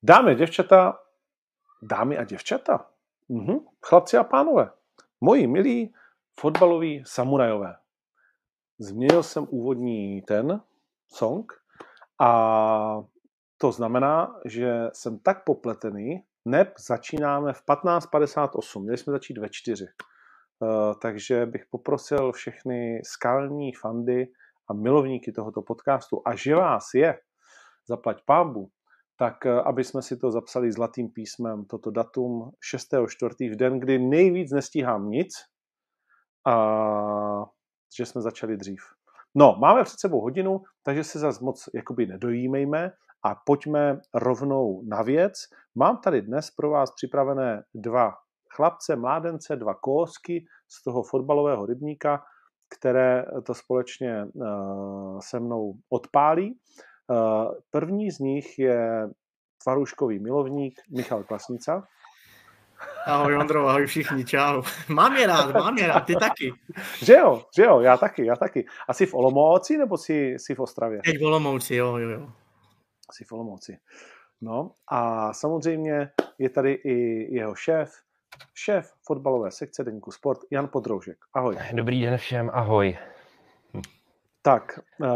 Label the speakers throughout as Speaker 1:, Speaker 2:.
Speaker 1: Dámy a děvčata, chlapci a pánové, moji milí fotbaloví samurajové. Změnil jsem úvodní ten song a to znamená, že jsem tak popletený, začínáme v 15:58, měli jsme začít ve 4. Takže bych poprosil všechny skalní fandy a milovníky tohoto podcastu, a že vás je, zaplať pánbu, tak aby jsme si to zapsali zlatým písmem, toto datum 6.4. v den, kdy nejvíc nestíhám nic a že jsme začali dřív. No, máme před sebou hodinu, takže se zas moc jakoby nedojímejme a pojďme rovnou na věc. Mám tady dnes pro vás připravené 2 chlapce, mládence, 2 kousky z toho fotbalového rybníka, které to společně se mnou odpálí. První z nich je tvarůžkový milovník Michal Klasnica.
Speaker 2: Ahoj Ondro, ahoj všichni, čau. Mám je rád, ty taky.
Speaker 1: Že jo, já taky. A jsi v Olomouci nebo jsi v Ostravě?
Speaker 2: Teď v Olomouci, jo.
Speaker 1: Jsi v Olomouci. No a samozřejmě je tady i jeho šéf fotbalové sekce deníku Sport, Jan Podroužek. Ahoj.
Speaker 3: Dobrý den všem, ahoj.
Speaker 1: Tak,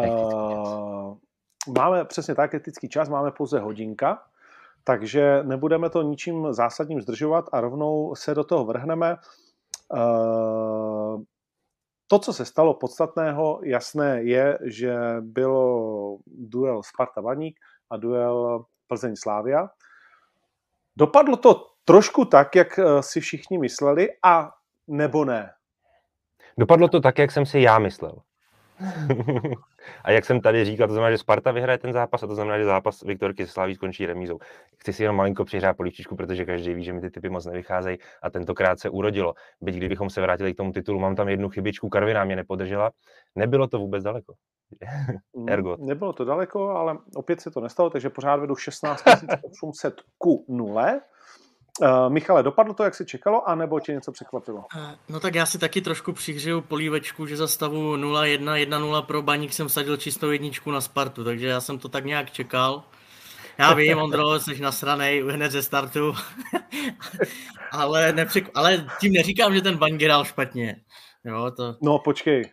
Speaker 1: máme přesně tak kritický čas, máme pouze hodinka, takže nebudeme to ničím zásadním zdržovat a rovnou se do toho vrhneme. To, co se stalo podstatného, jasné je, že bylo duel Sparta Baník a duel Plzeň Slavia. Dopadlo to trošku tak, jak si všichni mysleli, a nebo ne?
Speaker 3: Dopadlo to tak, jak jsem si já myslel. A jak jsem tady říkal, to znamená, že Sparta vyhraje ten zápas a to znamená, že zápas Viktorky se Slaví skončí remízou. Chci si jenom malinko přihřát polívčičku, protože každý ví, že mi ty typy moc nevycházejí a tentokrát se urodilo. Byť kdybychom se vrátili k tomu titulu, mám tam jednu chybičku, Karviná mě nepodržela. Nebylo to vůbec daleko. Ergo.
Speaker 1: Nebylo to daleko, ale opět se to nestalo, takže pořád vedu 16 800 ku 0. Michale, dopadlo to, jak se čekalo, anebo tě něco překvapilo?
Speaker 2: No tak já si taky trošku přihřeju polívečku, že za stavu 0-1, 1-0 pro Baník jsem vsadil čistou jedničku na Spartu, takže já jsem to tak nějak čekal. Já vím, Ondro, jsi nasranej hned ze startu, ale tím neříkám, že ten Baník hrál špatně. Jo, to...
Speaker 1: No počkej.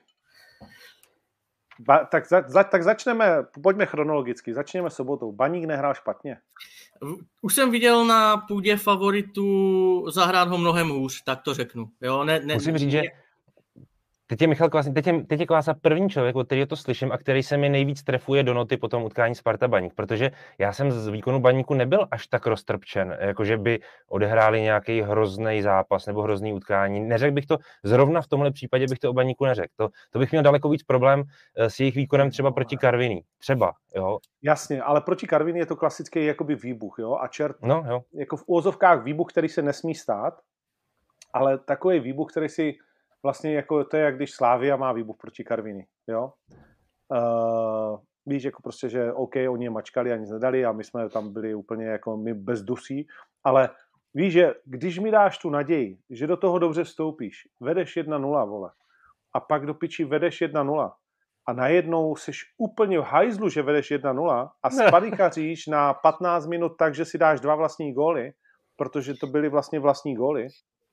Speaker 1: Tak začneme, pojďme chronologicky, začněme sobotou. Baník nehrál špatně.
Speaker 2: Už jsem viděl na půdě favoritu zahrát ho mnohem hůř, tak to řeknu. Jo,
Speaker 3: musím říct, že teď je Michal Kvásný, teď je Kvása první člověk, od kterého to slyším a který se mi nejvíc trefuje do noty po tom utkání Sparta Baník, protože já jsem z výkonu Baníku nebyl až tak roztrpčen, jakože by odehráli nějaký hrozný zápas nebo hrozný utkání. Neřekl bych to, zrovna v tomhle případě bych to o Baníku neřekl. To bych měl daleko víc problém s jejich výkonem třeba proti Karviní. Třeba, jo.
Speaker 1: Jasně, ale proti Karviní je to klasický jakoby výbuch, jo, a
Speaker 3: no, jo.
Speaker 1: Jako v úvozovkách výbuch, který se nesmí stát, ale takový výbuch, který si vlastně jako to je, jak když Slavia má výbuch proti Karviní, jo. Víš, jako prostě, že OK, oni je mačkali a nic nedali a my jsme tam byli úplně jako my bez dusí, ale víš, že když mi dáš tu naději, že do toho dobře vstoupíš, vedeš 1-0, vole, a pak do piči vedeš 1-0 a najednou jsi úplně v hajzlu, že vedeš 1-0 a spadikaříš na 15 minut tak, že si dáš 2 vlastní góly, protože to byly vlastně vlastní góly.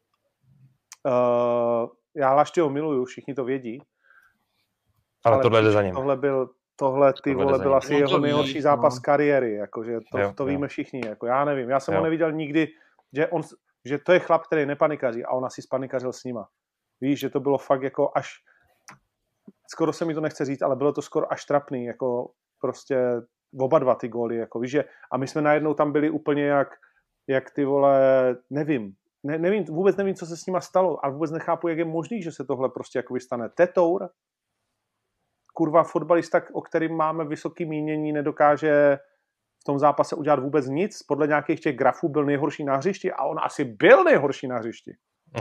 Speaker 1: Já Laštyho miluju, všichni to vědí.
Speaker 3: Ale tohle jde za ním.
Speaker 1: Tohle byl asi jeho nejhorší zápas kariéry, jakože to víme všichni, jako já nevím. Já jsem ho neviděl nikdy, že to je chlap, který nepanikaří a on asi spanikařil s nima. Víš, že to bylo fakt jako až, skoro se mi to nechce říct, ale bylo to skoro až trapný, jako prostě oba 2 ty góly, jako víš, že a my jsme najednou tam byli úplně jak ty vole, nevím, vůbec nevím, co se s nima stalo a vůbec nechápu, jak je možný, že se tohle prostě jako stane. Tetour, kurva fotbalista, o kterým máme vysoký mínění, nedokáže v tom zápase udělat vůbec nic. Podle nějakých těch grafů byl nejhorší na hřišti a on asi byl nejhorší na hřišti.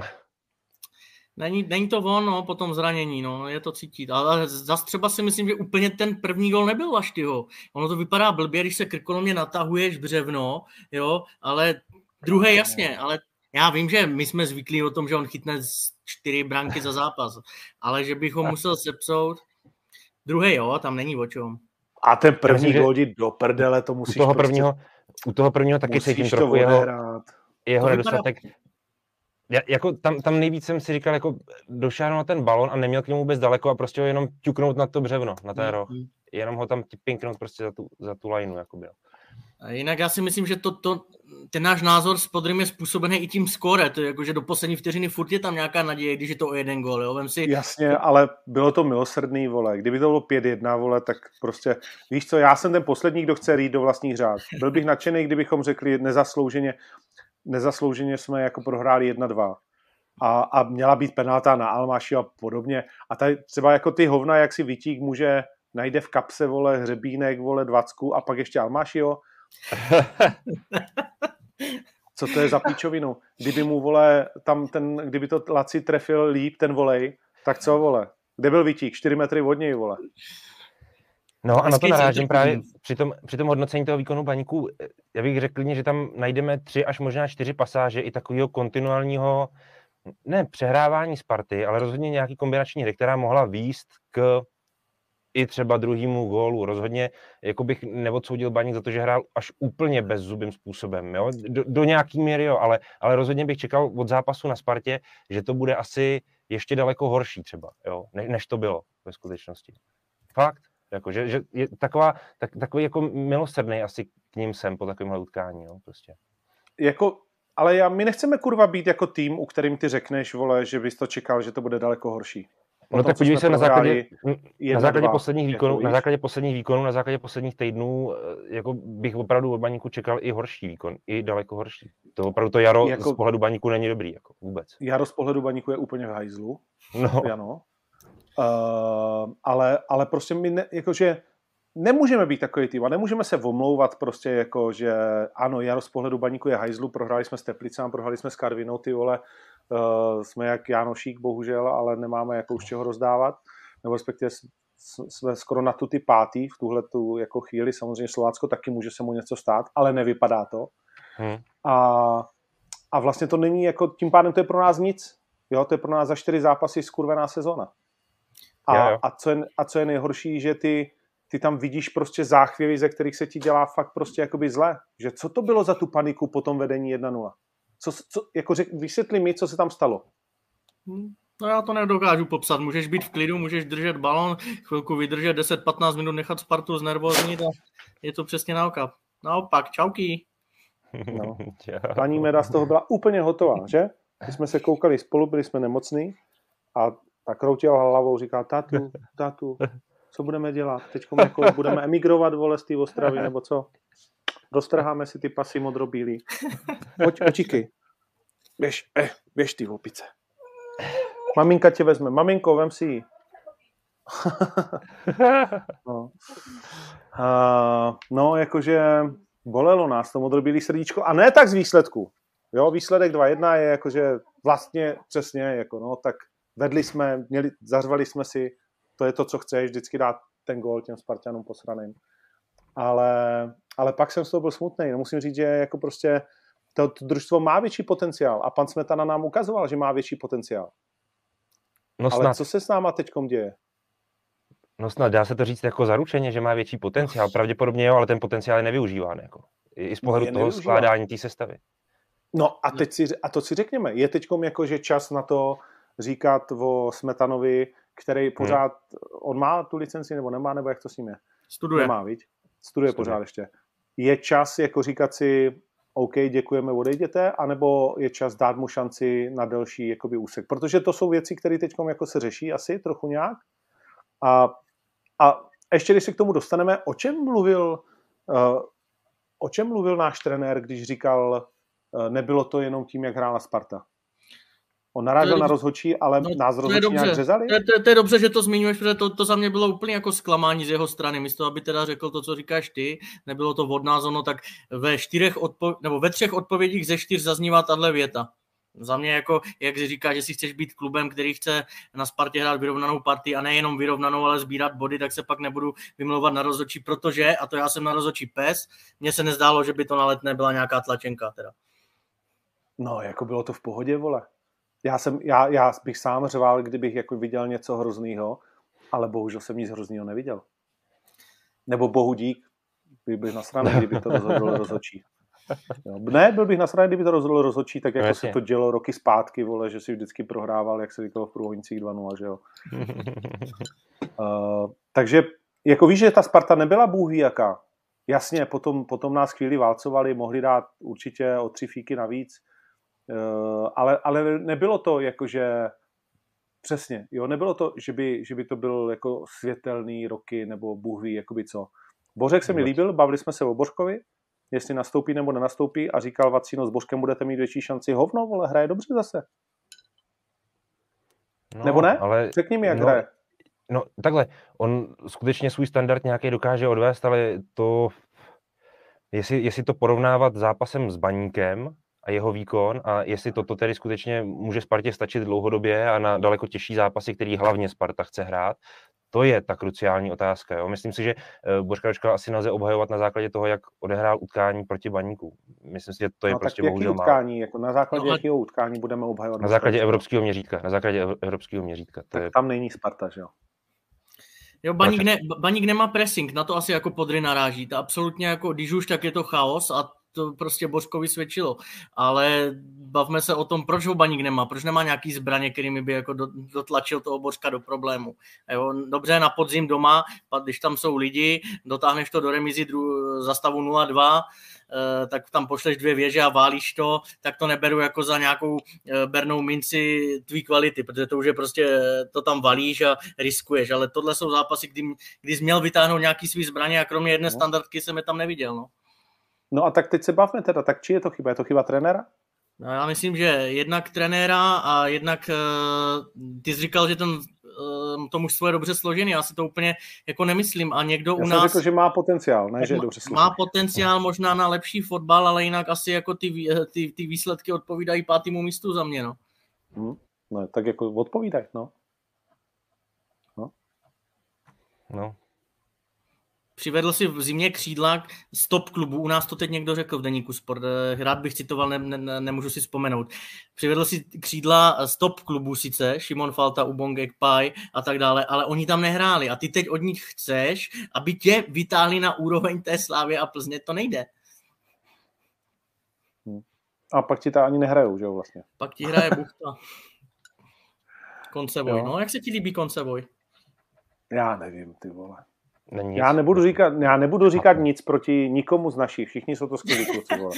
Speaker 2: Není to on, no, po tom zranění, no, je to cítit. Ale zase třeba si myslím, že úplně ten první gol nebyl Laštyho. Ono to vypadá blbě, když se krkolomně natahuješ břevno, jo, ale druhé jasně, ale já vím, že my jsme zvyklí o tom, že on chytne 4 branky za zápas, ale že bych ho musel sepsout. Druhý jo, tam není o čem.
Speaker 1: A ten první gól do prdele, to musíš
Speaker 3: u toho prvního taky cítím trochu jeho nedostatek. Jako tam nejvíc jsem si říkal, jako došáhnu na ten balon a neměl k němu vůbec daleko a prostě ho jenom ťuknout na to břevno, na ten roh. Jenom ho tam pinknout prostě za tu lineu, jakoby.
Speaker 2: A jinak já si myslím, že ten náš názor s Podrym je způsobený i tím skóre, to je jako, že do poslední vteřiny furt je tam nějaká naděje, když je to o jeden gól, jo, vem si...
Speaker 1: Jasně, ale bylo to milosrdný, vole, kdyby to bylo 5-1, vole, tak prostě, víš co, já jsem ten poslední, kdo chce rýt do vlastních řád. Byl bych nadšený, kdybychom řekli nezaslouženě jsme jako prohráli 1-2. A měla být penalta na Almáši a podobně. A tady třeba jako ty hovna, jak si Vitík najde v kapse, vole, hřebínek, vole, 20 a pak ještě Almášiho. Co to je za píčovinu? Kdyby mu, vole, kdyby to Laci trefil líp, ten volej, tak co, vole? Kde byl Vitík? 4 metry od něj, vole.
Speaker 3: No a na to narážím právě při tom hodnocení toho výkonu Baníku. Já bych řekl, že tam najdeme 3 až možná 4 pasáže i takového kontinuálního, ne přehrávání Sparty, ale rozhodně nějaký kombinační hry, která mohla vést k i třeba druhému gólu. Rozhodně jako bych neodsoudil Baník za to, že hrál až úplně bezzubým způsobem. Jo? Do nějaký míry, jo, ale rozhodně bych čekal od zápasu na Spartě, že to bude asi ještě daleko horší třeba, jo? Než to bylo ve skutečnosti. Fakt. Jako, že je takový jako milosrdný asi k ním jsem po takovémhle utkání, jo, prostě.
Speaker 1: Jako, ale my nechceme kurva být jako tým, u kterým ty řekneš, vole, že bys to čekal, že to bude daleko horší.
Speaker 3: No tak podívej se na základě posledních výkonů, na základě posledních týdnů, jako bych opravdu od Baníku čekal i horší výkon, i daleko horší. To opravdu to jaro jako, z pohledu Baníku není dobrý, jako vůbec.
Speaker 1: Jaro z pohledu Baníku je úplně v hajzlu.
Speaker 3: No.
Speaker 1: Ano. Ale prostě my jakože nemůžeme být takový tým a nemůžeme se omlouvat prostě jako, že ano, jaro z pohledu Baníku je hajzlu, prohráli jsme s Teplicem, prohráli jsme s Karvinou, ty vole, jsme jak Jánošík, bohužel, ale nemáme jako už čeho rozdávat, nebo respektive jsme skoro na tu ty pátý v tuhletu jako chvíli, samozřejmě Slovácko taky může se mu něco stát, ale nevypadá to. A vlastně to není jako, tím to je pro nás nic, jo, to je pro nás za 4 zápasy skurvená sezona. A co je nejhorší, že ty tam vidíš prostě záchvěvy, ze kterých se ti dělá fakt prostě jakoby zle. Že co to bylo za tu paniku po tom vedení 1-0? Jako vysvětli mi, co se tam stalo.
Speaker 2: No já to nedokážu popsat. Můžeš být v klidu, můžeš držet balon, chvilku vydržet, 10-15 minut nechat Spartu znervóznit a je to přesně naopak. Čauky.
Speaker 1: No. Paní Meda z toho byla úplně hotová, že? My jsme se koukali spolu, byli jsme nemocní a tak kroutila hlavou, říká, tátu, co budeme dělat? Teďko jako budeme emigrovat, vole, z té Ostravy, nebo co? Roztrháme si ty pasy modrobílý. Očíky. Běž ty opice. Maminka tě vezme. Maminko, vem si ji. No, jakože bolelo nás to modrobílý srdíčko. A ne tak z výsledku. Jo, výsledek 2-1 je jakože vlastně přesně, jako no, tak vedli jsme, zařvali jsme si, to je to, co chceš, vždycky dát ten gól těm Spartanům posraným. Ale pak jsem z toho byl smutný. No, musím říct, že jako prostě to družstvo má větší potenciál a pan Smetana nám ukazoval, že má větší potenciál.
Speaker 3: No
Speaker 1: ale co se s náma teďkom děje?
Speaker 3: No snad dá se to říct jako zaručeně, že má větší potenciál. Pravděpodobně jo, ale ten potenciál je nevyužíván. Jako. I z pohledu toho skládání té sestavy.
Speaker 1: No a to si řekněme. Je teďkom jako, že čas na to říkat o Smetanovi, který pořád, on má tu licenci nebo nemá, nebo jak to s ním je?
Speaker 2: Studuje.
Speaker 1: Nemá, viď? Studuje pořád ještě. Je čas jako říkat si, OK, děkujeme, odejděte, anebo je čas dát mu šanci na delší jakoby úsek. Protože to jsou věci, které teďkom jako se řeší asi trochu nějak. A ještě, když se k tomu dostaneme, o čem mluvil náš trenér, když říkal, nebylo to jenom tím, jak hrála Sparta? On narážel na rozhodčí, ale nás rozhodčí nějak řezali?
Speaker 2: To je dobře, že to zmiňuješ, protože to za mě bylo úplně jako zklamání z jeho strany. Místo, aby teda řekl to, co říkáš ty, nebylo to odnázono, tak ve 3 odpovědích ze 4 zaznívá tahle věta. Za mě jako, jak si říká, že si chceš být klubem, který chce na Spartě hrát vyrovnanou partii a nejenom vyrovnanou, ale sbírat body, tak se pak nebudu vymlouvat na rozhodčí, protože, a to já jsem na rozhodčí pes, mně se nezdálo, že by to na Letné byla nějaká tlačenka teda.
Speaker 1: No, jako bylo to v pohodě, vole. Já bych sám řval, kdybych jako viděl něco hroznýho, ale bohužel jsem nic hroznýho neviděl. Nebo bohu dík, byl nasraný, kdyby to rozhodl rozhodčí. Ne, byl bych nasraný, kdyby to rozhodl rozhodčí, tak jako se to dělo roky zpátky, vole, že si vždycky prohrával, jak se říkalo v Průhonicích 2-0, že jo. Takže jako víš, že ta Sparta nebyla bůh ví jaká. Jasně, potom nás chvíli válcovali, mohli dát určitě o 3 fíky navíc, ale nebylo to jakože přesně, jo, nebylo to, že by to byl jako světelný roky nebo bůh ví, jakoby co. Bořek se mi líbil, bavili jsme se o Bořkovi, jestli nastoupí nebo nenastoupí a říkal Vacino, s Božkem budete mít větší šanci. Hovno, vole, hraje dobře zase.
Speaker 3: No,
Speaker 1: nebo ne?
Speaker 3: Ale,
Speaker 1: řekni mi, jak hraje.
Speaker 3: No takhle, on skutečně svůj standard nějaký dokáže odvést, ale to, jestli to porovnávat zápasem s Baníkem a jeho výkon a jestli toto tedy skutečně může Spartě stačit dlouhodobě a na daleko těžší zápasy, který hlavně Sparta chce hrát, to je ta kruciální otázka. Jo? Myslím si, že Bořka Dočkala asi nelze obhajovat na základě toho, jak odehrál utkání proti Baníku. Myslím si, že to je prostě bohužel
Speaker 1: utkání, jako na základě jakého utkání budeme obhajovat?
Speaker 3: Na základě evropského měřítka. Na základě evropského měřítka.
Speaker 1: Tak je... Tam není Sparta, že jo?
Speaker 2: Jo, Baník nemá pressing, na to asi jako Podry naráží. To absolutně jako, když už, tak je to chaos a to prostě Bořkovi svědčilo. Ale bavme se o tom, proč ho Baník nemá, proč nemá nějaký zbraně, kterými by jako dotlačil toho Bořka do problému. Jo, dobře, na podzim doma, když tam jsou lidi, dotáhneš to do remízy za stavu 0-2, tak tam pošleš 2 věže a válíš to, tak to neberu jako za nějakou bernou minci tvý kvality, protože to už je prostě, to tam valíš a riskuješ, ale tohle jsou zápasy, kdy jsi měl vytáhnout nějaký svý zbraně a kromě jedné standardky jsem je tam neviděl.
Speaker 1: No a tak teď se bavme teda, tak či je to chyba? Je to chyba trenéra?
Speaker 2: No, já myslím, že jednak trenéra a jednak ty jsi říkal, že to mužstvo je dobře složený, já si to úplně jako nemyslím a někdo u nás... Já jsem
Speaker 1: řekl, že má potenciál, ne, že je dobře složený.
Speaker 2: Má potenciál možná na lepší fotbal, ale jinak asi jako ty výsledky odpovídají 5. místu za mě, no.
Speaker 1: No, tak jako odpovídaj, no.
Speaker 2: Přivedl si v zimě křídla z top klubu, u nás to teď někdo řekl v deníku Sport, rád bych citoval, nemůžu si vzpomenout. Přivedl si křídla z top klubu sice, Šimon Falta, Ubongek, Pai a tak dále, ale oni tam nehráli a ty teď od nich chceš, aby tě vytáhli na úroveň té Slávy a Plzně, to nejde.
Speaker 1: A pak ti to ani nehrajou, že jo, vlastně.
Speaker 2: Pak ti hraje Buchta. Koncevoj, no, jak se ti líbí Koncevoj?
Speaker 1: Já nevím, ty vole.
Speaker 3: Já
Speaker 1: nebudu říkat nic proti nikomu z našich. Všichni jsou to skvělí kluci, vole.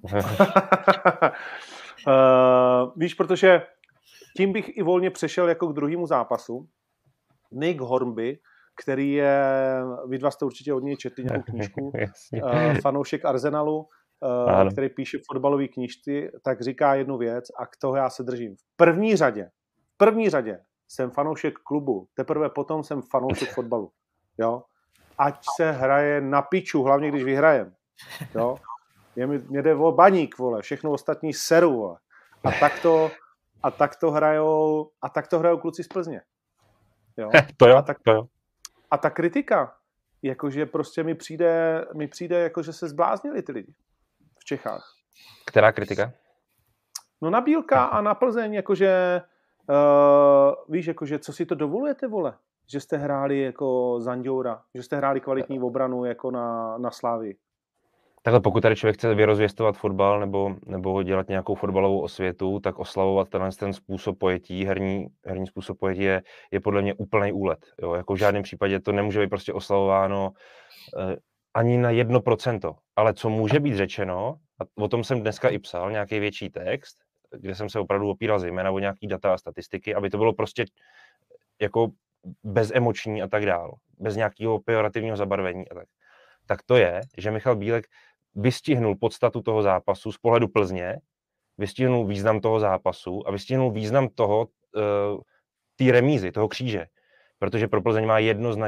Speaker 1: Víš, protože tím bych i volně přešel jako k druhému zápasu. Nick Hornby, který je, vy dva jste určitě od něj četli nějakou knížku, fanoušek Arsenalu, který píše fotbalové knížky, tak říká jednu věc a k toho já se držím. V první řadě jsem fanoušek klubu, teprve potom jsem fanoušek fotbalu. Jo? Ať se hraje na piču, hlavně když vyhrajem. Jo? Mě jde o Baník, vole, všechno ostatní seru, vole. A tak to hrajou kluci z Plzně. Jo?
Speaker 3: To jo.
Speaker 1: A ta kritika, jakože prostě mi přijde jakože se zbláznili ty lidi v Čechách.
Speaker 3: Která kritika?
Speaker 1: No na Bílka a na Plzeň, jakože víš, jakože co si to dovolujete, vole? Že jste hráli jako Zanďoura, že jste hráli kvalitní obranu jako na Slávii.
Speaker 3: Takhle pokud tady člověk chce vyrozvěstovat fotbal nebo dělat nějakou fotbalovou osvětu, tak oslavovat ten způsob pojetí, herní způsob pojetí je podle mě úplný úlet. Jo? Jako v žádném případě to nemůže být prostě oslavováno ani na 1%. Ale co může být řečeno, a o tom jsem dneska i psal, nějaký větší text, kde jsem se opravdu opíral zejména o nějaký data a statistiky, aby to bylo prostě jako bezemoční a tak dál, bez nějakého pejorativního zabarvení a tak to je, že Michal Bílek vystihnul podstatu toho zápasu z pohledu Plzně, vystihnul význam toho zápasu a vystihnul význam toho té remízy, toho kříže, protože pro Plzeň má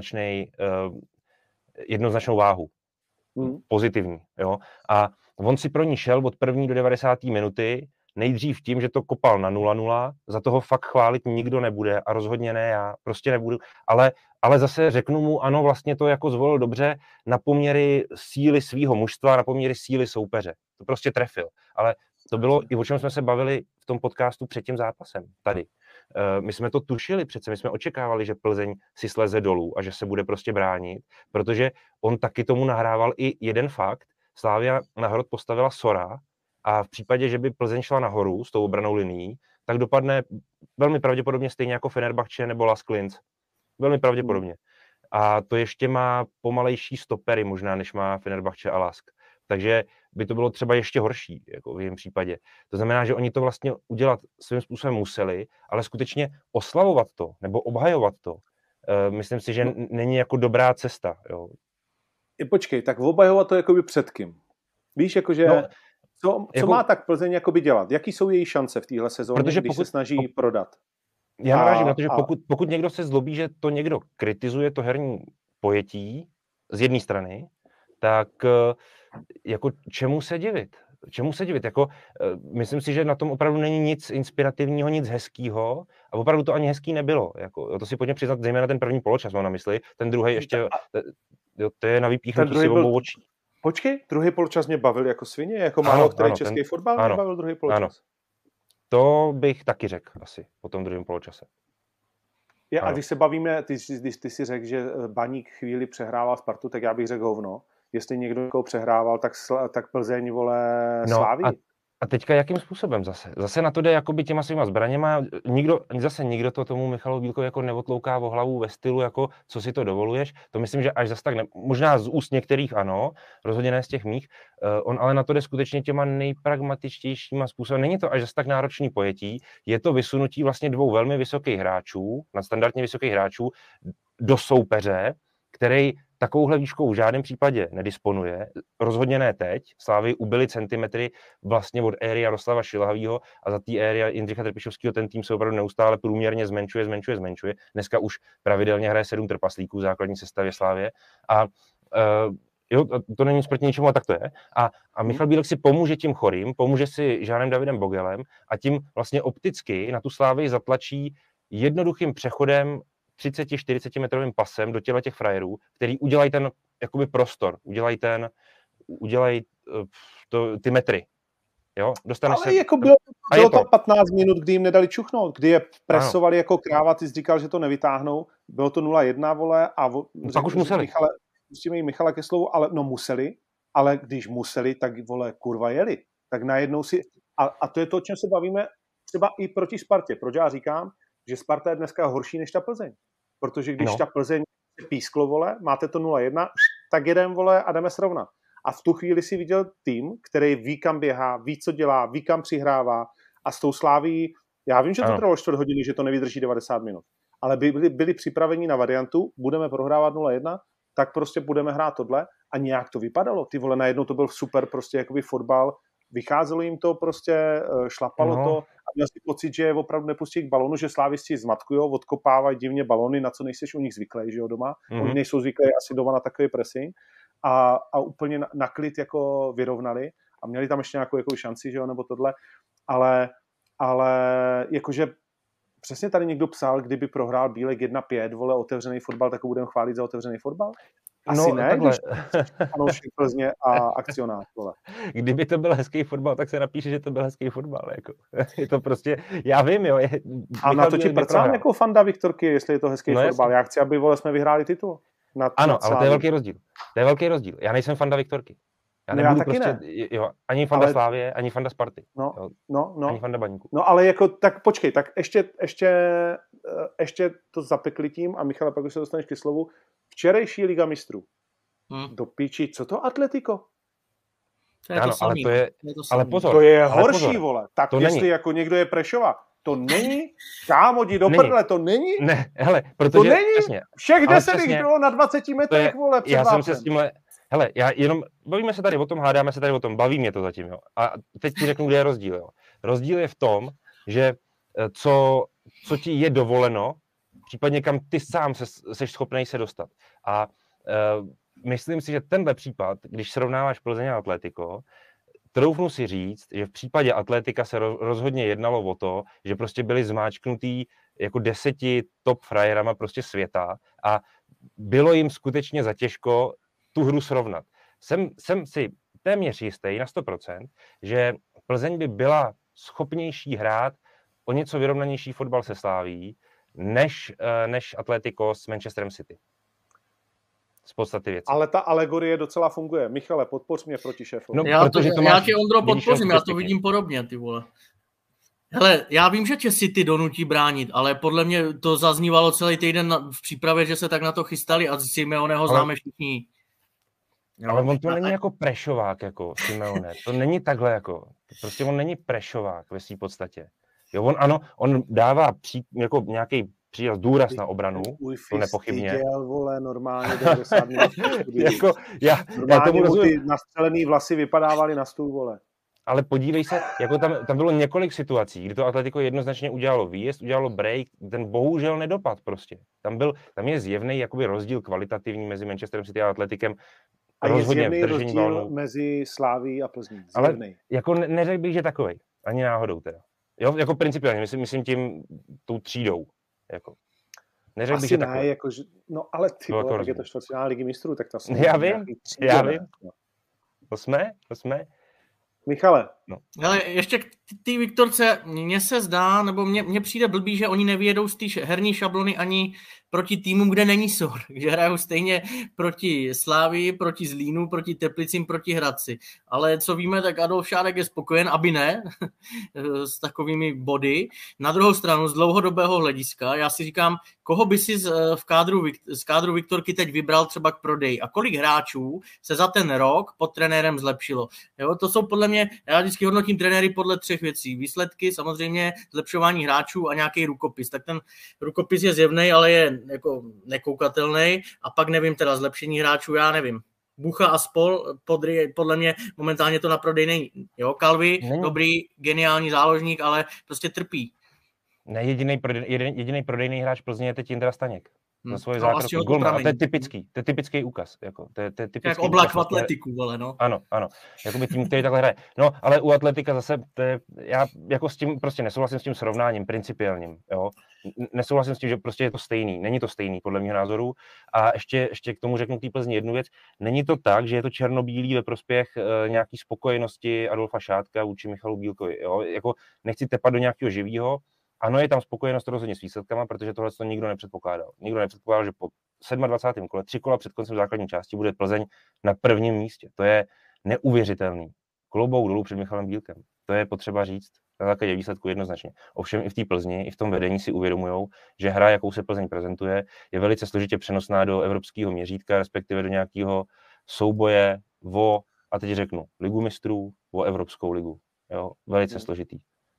Speaker 3: jednoznačnou váhu. Pozitivní. Jo? A on si pro ní šel od 1. do 90. minuty, nejdřív tím, že to kopal na 0-0, za toho fakt chválit nikdo nebude a rozhodně ne, já prostě nebudu, ale zase řeknu mu, ano, vlastně to jako zvolil dobře na poměry síly svýho mužstva, na poměry síly soupeře. To prostě trefil. Ale to bylo i o čem jsme se bavili v tom podcastu před tím zápasem tady. My jsme to tušili přece, my jsme očekávali, že Plzeň si sleze dolů a že se bude prostě bránit, protože on taky tomu nahrával i jeden fakt. Slavia na hrot postavila Sora a v případě, že by Plzeň šla nahoru s tou obranou linií, tak dopadne velmi pravděpodobně stejně jako Fenerbahce nebo Las Klinc. Velmi pravděpodobně. A to ještě má pomalejší stopery možná, než má Fenerbahce a Lask. Takže by to bylo třeba ještě horší, jako v jejím případě. To znamená, že oni to vlastně udělat svým způsobem museli, ale skutečně oslavovat to, nebo obhajovat to, myslím si, že není jako dobrá cesta. Jo.
Speaker 1: Počkej, tak obhajovat to jakoby před kým? Víš, jakože... Co má tak Plzeň jakoby dělat? Jaký jsou její šance v téhle sezóně, když se snaží prodat?
Speaker 3: Já narážím na to, že pokud někdo se zlobí, že to někdo kritizuje, to herní pojetí z jedné strany, tak jako čemu se divit? Jako, myslím si, že na tom opravdu není nic inspirativního, nic hezkýho a opravdu to ani hezký nebylo. Jako, to si pojďme přiznat, zejména ten první poločas mám na mysli, ten druhý ještě, to je na vypíchnutí si obou očí.
Speaker 1: Počkej, druhý poločas mě bavil jako svině, jako málo který český fotbal mě bavil druhý poločas. Ano.
Speaker 3: To bych taky řekl asi po tom druhém poločase.
Speaker 1: A když se bavíme, ty si řekl, že Baník chvíli přehrával Spartu, tak já bych řekl hovno. Jestli někdo někoho přehrával, tak Plzeň, vole, Slávy.
Speaker 3: A teďka jakým způsobem zase? Zase na to jde jakoby těma svýma zbraněma. Nikdo to tomu Michalu Bílkovi jako neotlouká o hlavu ve stylu, jako co si to dovoluješ. To myslím, že až zase tak možná z úst některých ano, rozhodně ne z těch mých. On ale na to jde skutečně těma nejpragmatičtějšíma způsobem. Není to až zase tak náročný pojetí. Je to vysunutí vlastně dvou velmi vysokých hráčů, nadstandardně vysokých hráčů, do soupeře, který takovouhle výškou v žádném případě nedisponuje, rozhodně ne teď. Slávy ubyly centimetry vlastně od éry Jaroslava Šilhavýho a za té éry Jindřicha Trpišovského ten tým se opravdu neustále průměrně zmenšuje. Dneska už pravidelně hraje 7 trpaslíků v základní sestavě Slávie a jo, to není nic proti ničemu, a tak to je. A Michal Bílek si pomůže tím chorým, pomůže si Žánem Davidem Bogelem a tím vlastně opticky na tu Slávii zatlačí jednoduchým přechodem 30-40 metrovým pasem do těla těch frajerů, který udělají ten jakoby prostor, udělají ty metry. Jo? Dostaneš
Speaker 1: ale
Speaker 3: se...
Speaker 1: jako bylo to 15 minut, kdy jim nedali čuchnout, kdy je presovali jako kráva, ty jsi říkal, že to nevytáhnou, bylo to 0-1, vole, a
Speaker 3: pak už museli.
Speaker 1: Pustíme jí Michala ke slovu, ale museli, ale když museli, tak vole, kurva jeli. Tak najednou si, a to je to, o čem se bavíme třeba i proti Spartě. Proč já říkám, že Sparta je dneska horší než ta Plzeň. Protože když ta Plzeň písklo, vole, máte to 0-1, tak jedem, vole, a jdeme srovnat. A v tu chvíli si viděl tým, který ví, kam běhá, ví, co dělá, ví, kam přihrává a s tou Sláví, já vím, že to trvalo 4 hodiny, že to nevydrží 90 minut, ale byli připraveni na variantu, budeme prohrávat 0-1, tak prostě budeme hrát tohle a nějak to vypadalo. Ty vole, najednou to byl super prostě jakoby fotbal, vycházelo jim to prostě, šlapalo to a měl si pocit, že je opravdu nepustí k balonu, že slávisti zmatkujou, odkopávají divně balony, na co nejseš u nich zvyklý, že jo, doma. Oni nejsou zvyklí asi doma na takový pressing a úplně na klid jako vyrovnali a měli tam ještě nějakou jako šanci, že jo, nebo tohle, ale jakože přesně tady někdo psal, kdyby prohrál Bílek 1-5, vole, otevřený fotbal, tak ho budeme chválit za otevřený fotbal? Asi ne, takhle. Když fanoušek Plzně a akcionář, vole.
Speaker 3: Kdyby to byl hezký fotbal, tak se napíše, že to byl hezký fotbal. Jako. Je to prostě, já vím, jo.
Speaker 1: A na to ti prcám jako fanda Viktorky, jestli je to hezký fotbal. Jasný. Já chci, aby, vole, jsme vyhráli titul.
Speaker 3: Ano, ale to je velký rozdíl. To je velký rozdíl. Já nejsem fanda Viktorky. Já nebudu
Speaker 1: taky
Speaker 3: prostě, jo, ani fanda Slávie, ani fanda Sparty. Ani fanda Baníku.
Speaker 1: No ale jako, tak počkej, tak ještě to zapekli tím a Michale, pak už se dostaneš ke slovu. Včerejší Liga mistrů. Do píči, co to Atletico?
Speaker 2: To je to samý.
Speaker 3: Ale pozor.
Speaker 1: To je horší, pozor. Vole. Tak
Speaker 3: to
Speaker 1: jestli
Speaker 3: není.
Speaker 1: Jako někdo je Prešova, to není, kámo, jdi do prdele, to není.
Speaker 3: Ne, hele, protože...
Speaker 1: To není,
Speaker 3: přesně,
Speaker 1: všech 10 bylo na 20 metrech, vole, před
Speaker 3: já
Speaker 1: vápem.
Speaker 3: jsem se s tímhle... Hele, já jenom, bavíme se tady o tom, hádáme se tady o tom, baví mě to zatím, jo. A teď ti řeknu, kde je rozdíl, jo. Rozdíl je v tom, že co ti je dovoleno, případně kam ty sám seš schopnej se dostat. A myslím si, že tenhle případ, když srovnáváš Plzeň a Atletico, troufnu si říct, že v případě Atletika se rozhodně jednalo o to, že prostě byli zmáčknutý jako 10 top frajerama prostě světa a bylo jim skutečně zatěžko tu hru srovnat. Jsem si téměř jistý na 100%, že Plzeň by byla schopnější hrát o něco vyrovnanější fotbal se Slaví, než Atletico s Manchesterem City. Z podstaty věci.
Speaker 1: Ale ta alegorie docela funguje. Michale, podpoř mě proti šéfovi.
Speaker 3: No,
Speaker 2: já tě, Ondro,
Speaker 3: vidíš
Speaker 2: podpořím, já to
Speaker 3: statistiky.
Speaker 2: vidím podobně, ty vole. Hele, já vím, že tě City donutí bránit, ale podle mě to zaznívalo celý týden v přípravě, že se tak na to chystali a Simeoneho známe všichni.
Speaker 3: Ale on to není jako prešovák, jako Simeone. To není takhle jako. Prostě on není prešovák ve své podstatě. Jo, on dává jako nějaký důraz na obranu, to nepochybně.
Speaker 1: Děl, vole, normálně 90 minut.
Speaker 3: Jako, já
Speaker 1: tomu rozumím. Ty nastřelený vlasy vypadávaly na stůl, vole.
Speaker 3: Ale podívej se, jako tam bylo několik situací, kdy to Atletico jednoznačně udělalo výjezd, udělalo break, ten bohužel nedopad prostě. Tam je zjevný jakoby rozdíl kvalitativní mezi Manchesterem City a Atletikem.
Speaker 1: A je zjevný rozdíl mezi Slaví a Plzní.
Speaker 3: Ale jako neřekl bych, že takovej. Ani náhodou teda. Jo, jako principiálně, myslím tím tou třídou. Jako. Neřekl
Speaker 1: asi
Speaker 3: bych, že
Speaker 1: ne,
Speaker 3: takovej.
Speaker 1: jako, no ale ty vole, tak je to čtvrtfinále Ligy mistrů, tak to jsou
Speaker 3: já vím. To jsme.
Speaker 1: Michale.
Speaker 2: No. Ale ještě k té Viktorce, mně se zdá, nebo mně přijde blbý, že oni nevyjedou z té herní šablony ani proti týmům, kde není Sor, že hrajou stejně proti Slávii, proti Zlínu, proti Teplicím, proti Hradci. Ale co víme, tak Adolf Šárek je spokojen, aby ne, s takovými body. Na druhou stranu, z dlouhodobého hlediska, já si říkám, koho by si z kádru Viktorky teď vybral třeba k prodeji a kolik hráčů se za ten rok pod trenérem zlepšilo. Jo, to jsou podle mě, já vždycky hodnotím trenéry podle 3 věcí. Výsledky, samozřejmě zlepšování hráčů a nějaký rukopis. Tak ten rukopis je zjevný, ale je jako nekoukatelný a pak nevím teda zlepšení hráčů, já nevím. Bucha a spol, podle mě momentálně to na prodej není. Jo, Calvi, dobrý, geniální záložník, ale prostě trpí.
Speaker 3: Ne, jediný prodejný hráč Plzně je teď Jindra Staněk. Za svoje zákroky. Golman. A to je typický úkaz. Jako, to je typický
Speaker 2: jak Oblak v Atletiku, vole, no.
Speaker 3: Ano. Jakoby tým, který takhle hraje. No, ale u Atletika zase, já jako s tím prostě nesouhlasím s tím srovnáním principiálním. Jo. Nesouhlasím s tím, že prostě je to stejný. Není to stejný, podle mého názoru. A ještě k tomu řeknu té Plzni jednu věc. Není to tak, že je to černobílý ve prospěch nějaký spokojenosti Adolfa Šátka vůči Michalu Bílkovi. Jo. Jako nechci tepat do nějakého živýho. Ano, je tam spokojenost rozhodně s výsledkama, protože tohle to nikdo nepředpokládal. Nikdo nepředpokládal, že po 27. kole, 3 kola před koncem základní části, bude Plzeň na prvním místě. To je neuvěřitelný. Klobouk dolů před Michalem Bílkem. To je potřeba říct na základě výsledku jednoznačně. Ovšem i v té Plzni, i v tom vedení si uvědomujou, že hra, jakou se Plzeň prezentuje, je velice složitě přenosná do evropského měřítka, respektive do nějakého souboje a teď řeknu, Ligu mistrů, o Evropskou ligu. Jo, velice složitý.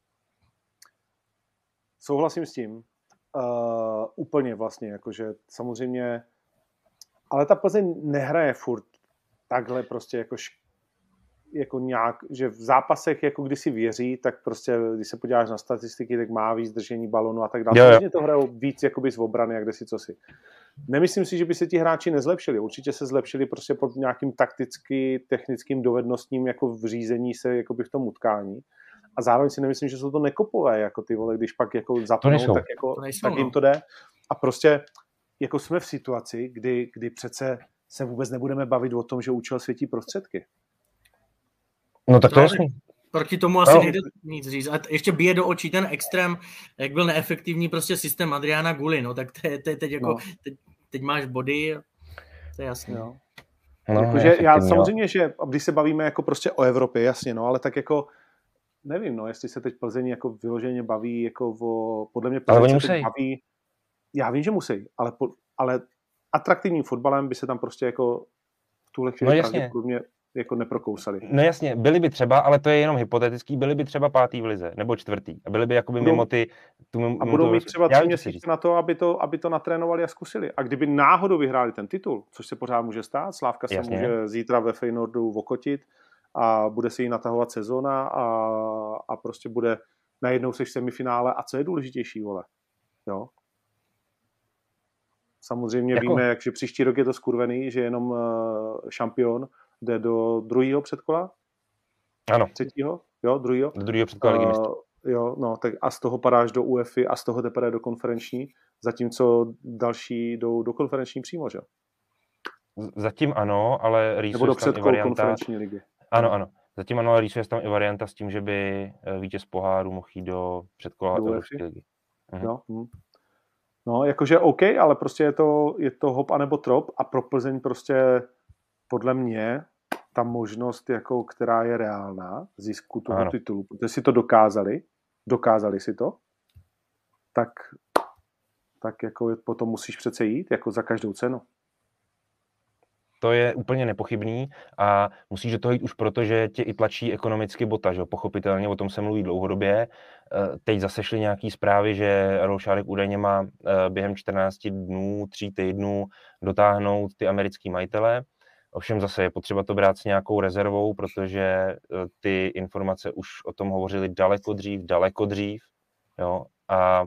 Speaker 1: Souhlasím s tím. Úplně vlastně, jakože samozřejmě, ale ta Plzeň nehraje furt takhle prostě jako nějak, že v zápasech, jako když si věří, tak prostě, když se podíváš na statistiky, tak má víc držení balonu a tak dále. Samozřejmě to hrajou víc jakoby z obrany, jak si cosi. Nemyslím si, že by se ti hráči nezlepšili. Určitě se zlepšili prostě pod nějakým technickým dovednostním jako v řízení se jakoby v tom utkání. A zároveň si nemyslím, že jsou to nekopové, jako ty vole, když pak jako zapnou, tak jim to jde. A prostě jako jsme v situaci, kdy přece se vůbec nebudeme bavit o tom, že účel světí prostředky.
Speaker 3: No tak to je jasný.
Speaker 2: Proti tomu asi nejde nic říct. A ještě bije do očí ten extrém, jak byl neefektivní prostě systém Adriana Guly, no tak teď jako, teď máš body, to je jasný.
Speaker 1: No. Jakože já samozřejmě, že když se bavíme jako prostě o Evropě, jasně, no, ale tak jako nevím, no, jestli se teď Plzeň jako vyloženě baví, jako podle mě Plzeň se teď baví, já vím, že musí, ale atraktivním fotbalem by se tam prostě jako v tuhle chvíli pravděpodobně jako neprokousali.
Speaker 3: No jasně, byli by třeba, ale to je jenom hypotetický, byli by třeba 5. v lize, nebo 4. A byli by jakoby mimo ty...
Speaker 1: A budou mít třeba 3 měsíce na to, aby to natrénovali a zkusili. A kdyby náhodou vyhráli ten titul, což se pořád může stát, Slávka se může zítra ve Feyenoordu okotit, a bude se jí natahovat sezóna a prostě bude najednou seš v semifinále. A co je důležitější, vole? Jo? Samozřejmě víme, že příští rok je to skurvený, že jenom šampion jde do 2. předkola?
Speaker 3: Ano.
Speaker 1: 3. Jo, 2.
Speaker 3: Do 2. předkola Ligy mistrů.
Speaker 1: Jo, no, tak a z toho padáš do UEFI a z toho teprve do konferenční, zatímco další jdou do konferenční přímo, že?
Speaker 3: Zatím ano, ale
Speaker 1: nebo do předkolu konferenční ligy.
Speaker 3: Ano. Zatím ano, rýsuje tam i varianta s tím, že by vítěz poháru mohl jít do předkola Evropské ligy.
Speaker 1: No, jakože OK, ale prostě je to hop anebo trop a pro Plzeň prostě podle mě ta možnost, jako, která je reálná, zisku toho titulu, protože si to dokázali si to, tak jako potom musíš přece jít, jako za každou cenu.
Speaker 3: To je úplně nepochybný a musíš do toho jít už proto, že tě i tlačí ekonomicky Bota, že? Pochopitelně, o tom se mluví dlouhodobě. Teď zase šly nějaký zprávy, že Adolf Šárek údajně má během 14 dnů, 3 týdnů dotáhnout ty americký majitele. Ovšem zase je potřeba to brát s nějakou rezervou, protože ty informace už o tom hovořily daleko dřív. Jo? A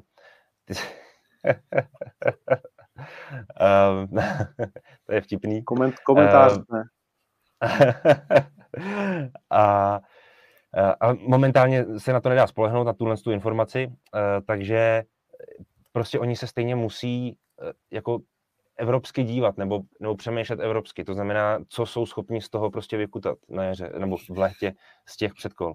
Speaker 3: to je vtipný.
Speaker 1: Komentář ne.
Speaker 3: a momentálně se na to nedá spolehnout, na tu informaci, takže prostě oni se stejně musí jako evropsky dívat nebo přemýšlet evropsky. To znamená, co jsou schopni z toho prostě vykutat na jaře nebo v létě z těch předkol.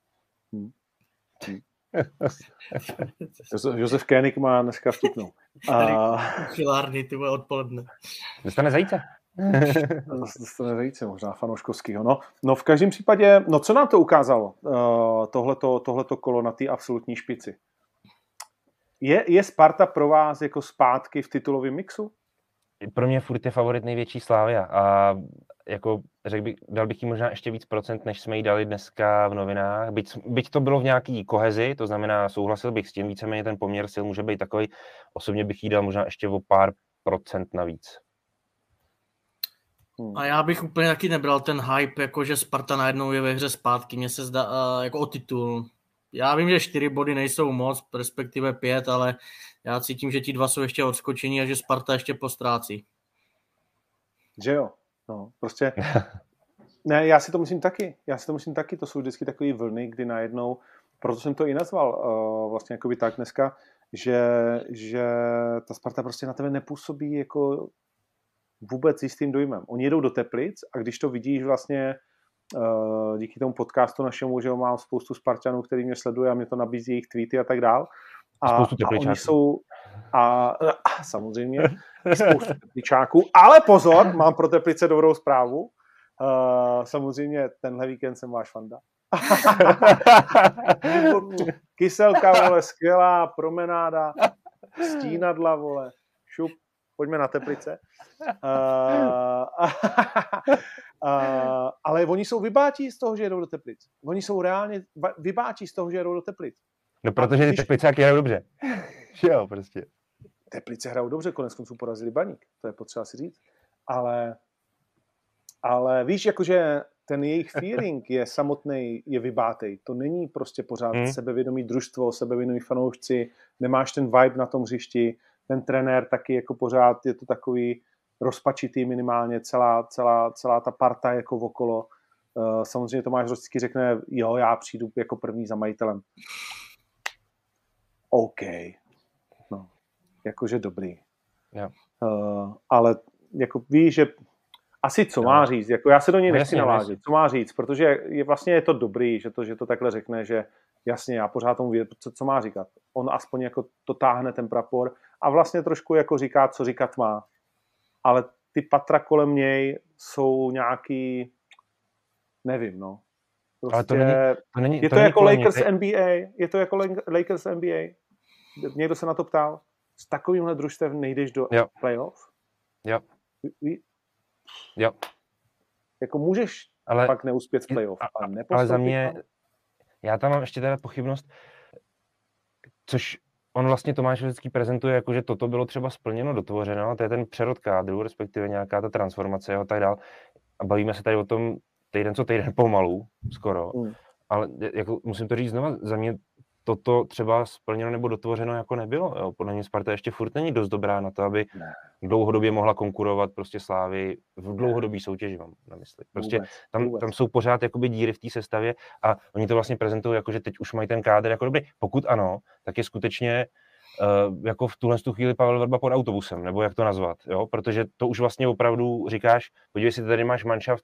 Speaker 1: Josef Koenig má dneska vtipnou.
Speaker 2: Filárny, ty odpoledne.
Speaker 3: Dostane zajíce.
Speaker 1: Dostane zajíce, možná fanouškovskýho. No v každém případě, co nám to ukázalo, tohleto kolo na té absolutní špici? Je Sparta pro vás jako zpátky v titulovém mixu?
Speaker 3: Pro mě furt je favorit největší Slavia a jako dal bych jí možná ještě víc procent, než jsme jí dali dneska v novinách. Byť to bylo v nějaký kohezi, to znamená, souhlasil bych s tím, víceméně ten poměr sil může být takový. Osobně bych jí dal možná ještě o pár procent navíc.
Speaker 2: A já bych úplně taky nebral ten hype, jako že Sparta najednou je ve hře zpátky. Mně se zdá jako o titul. Já vím, že 4 body nejsou moc, respektive 5, ale já cítím, že ti 2 jsou ještě odskočení a že Sparta ještě postrácí.
Speaker 1: Že jo? No, prostě... Ne, já si to myslím taky. To jsou vždycky takové vlny, kdy najednou, proto jsem to i nazval vlastně jakoby tak dneska, že ta Sparta prostě na tebe nepůsobí jako vůbec jistým dojmem. Oni jedou do Teplic a když to vidíš vlastně díky tomu podcastu našemu, že mám spoustu Spartanů, který mě sleduje a mě to nabízí jejich tweety a tak dál. A oni jsou samozřejmě spoustu tepličáků, ale pozor, mám pro Teplice dobrou zprávu. Samozřejmě tenhle víkend jsem váš fanda. Kyselka, vole, skvělá promenáda, stínadla, vole, šup, pojďme na Teplice. Ale oni jsou vybátí z toho, že jedou do Teplic. Oni jsou reálně vybátí z toho, že jedou do Teplic.
Speaker 3: No protože ty Teplicáky hrajou dobře. Jo, prostě.
Speaker 1: Teplice hrajou dobře, konec konců porazili Baník. To je potřeba si říct. Ale víš, jakože ten jejich feeling je samotný, je vybátej. To není prostě pořád sebevědomý družstvo, sebevědomí fanoušci, nemáš ten vibe na tom hřišti, ten trenér taky jako pořád je to takový rozpačitý minimálně, celá ta parta jako okolo. Samozřejmě Tomáš Rostický řekne, jo, já přijdu jako první za majitelem. OK. No, jakože dobrý.
Speaker 3: Jo.
Speaker 1: Ale jako víš, že asi co má říct, jako já se do něj nechci navážet, co má říct, protože vlastně je to dobrý, že to takhle řekne, že jasně, já pořád tomu vědět, co má říkat. On aspoň jako to táhne ten prapor a vlastně trošku jako říká, co říkat má. Ale ty patra kolem něj jsou nějaký, nevím, no. Prostě,
Speaker 3: ale to není,
Speaker 1: je to jako Lakers NBA, je to jako Lakers NBA. Někdo se na to ptal, s takovýmhle družstvem nejdeš do playoff?
Speaker 3: Jo. Jo.
Speaker 1: Jako můžeš pak neuspět v playoff,
Speaker 3: ale za mě, já tam mám ještě teda pochybnost, což on vlastně Tomáš vždycky prezentuje, jako že toto bylo třeba splněno, dotvořeno, to je ten přerod kádru, respektive nějaká ta transformace a tak dál. A bavíme se tady o tom týden co týden pomalu, skoro. Ale jako, musím to říct znova, za mě toto třeba splněno nebo dotvořeno jako nebylo. Jo. Podle mě Sparta ještě furt není dost dobrá na to, aby dlouhodobě mohla konkurovat prostě Slávy v dlouhodobý soutěži, mám na mysli. Prostě tam jsou pořád jakoby díry v té sestavě a oni to vlastně prezentují jako, že teď už mají ten kádr jako dobrý. Pokud ano, tak je skutečně jako v tuhle chvíli Pavel Vrba pod autobusem, nebo jak to nazvat, jo? Protože to už vlastně opravdu říkáš, podívej si, tady máš manšaft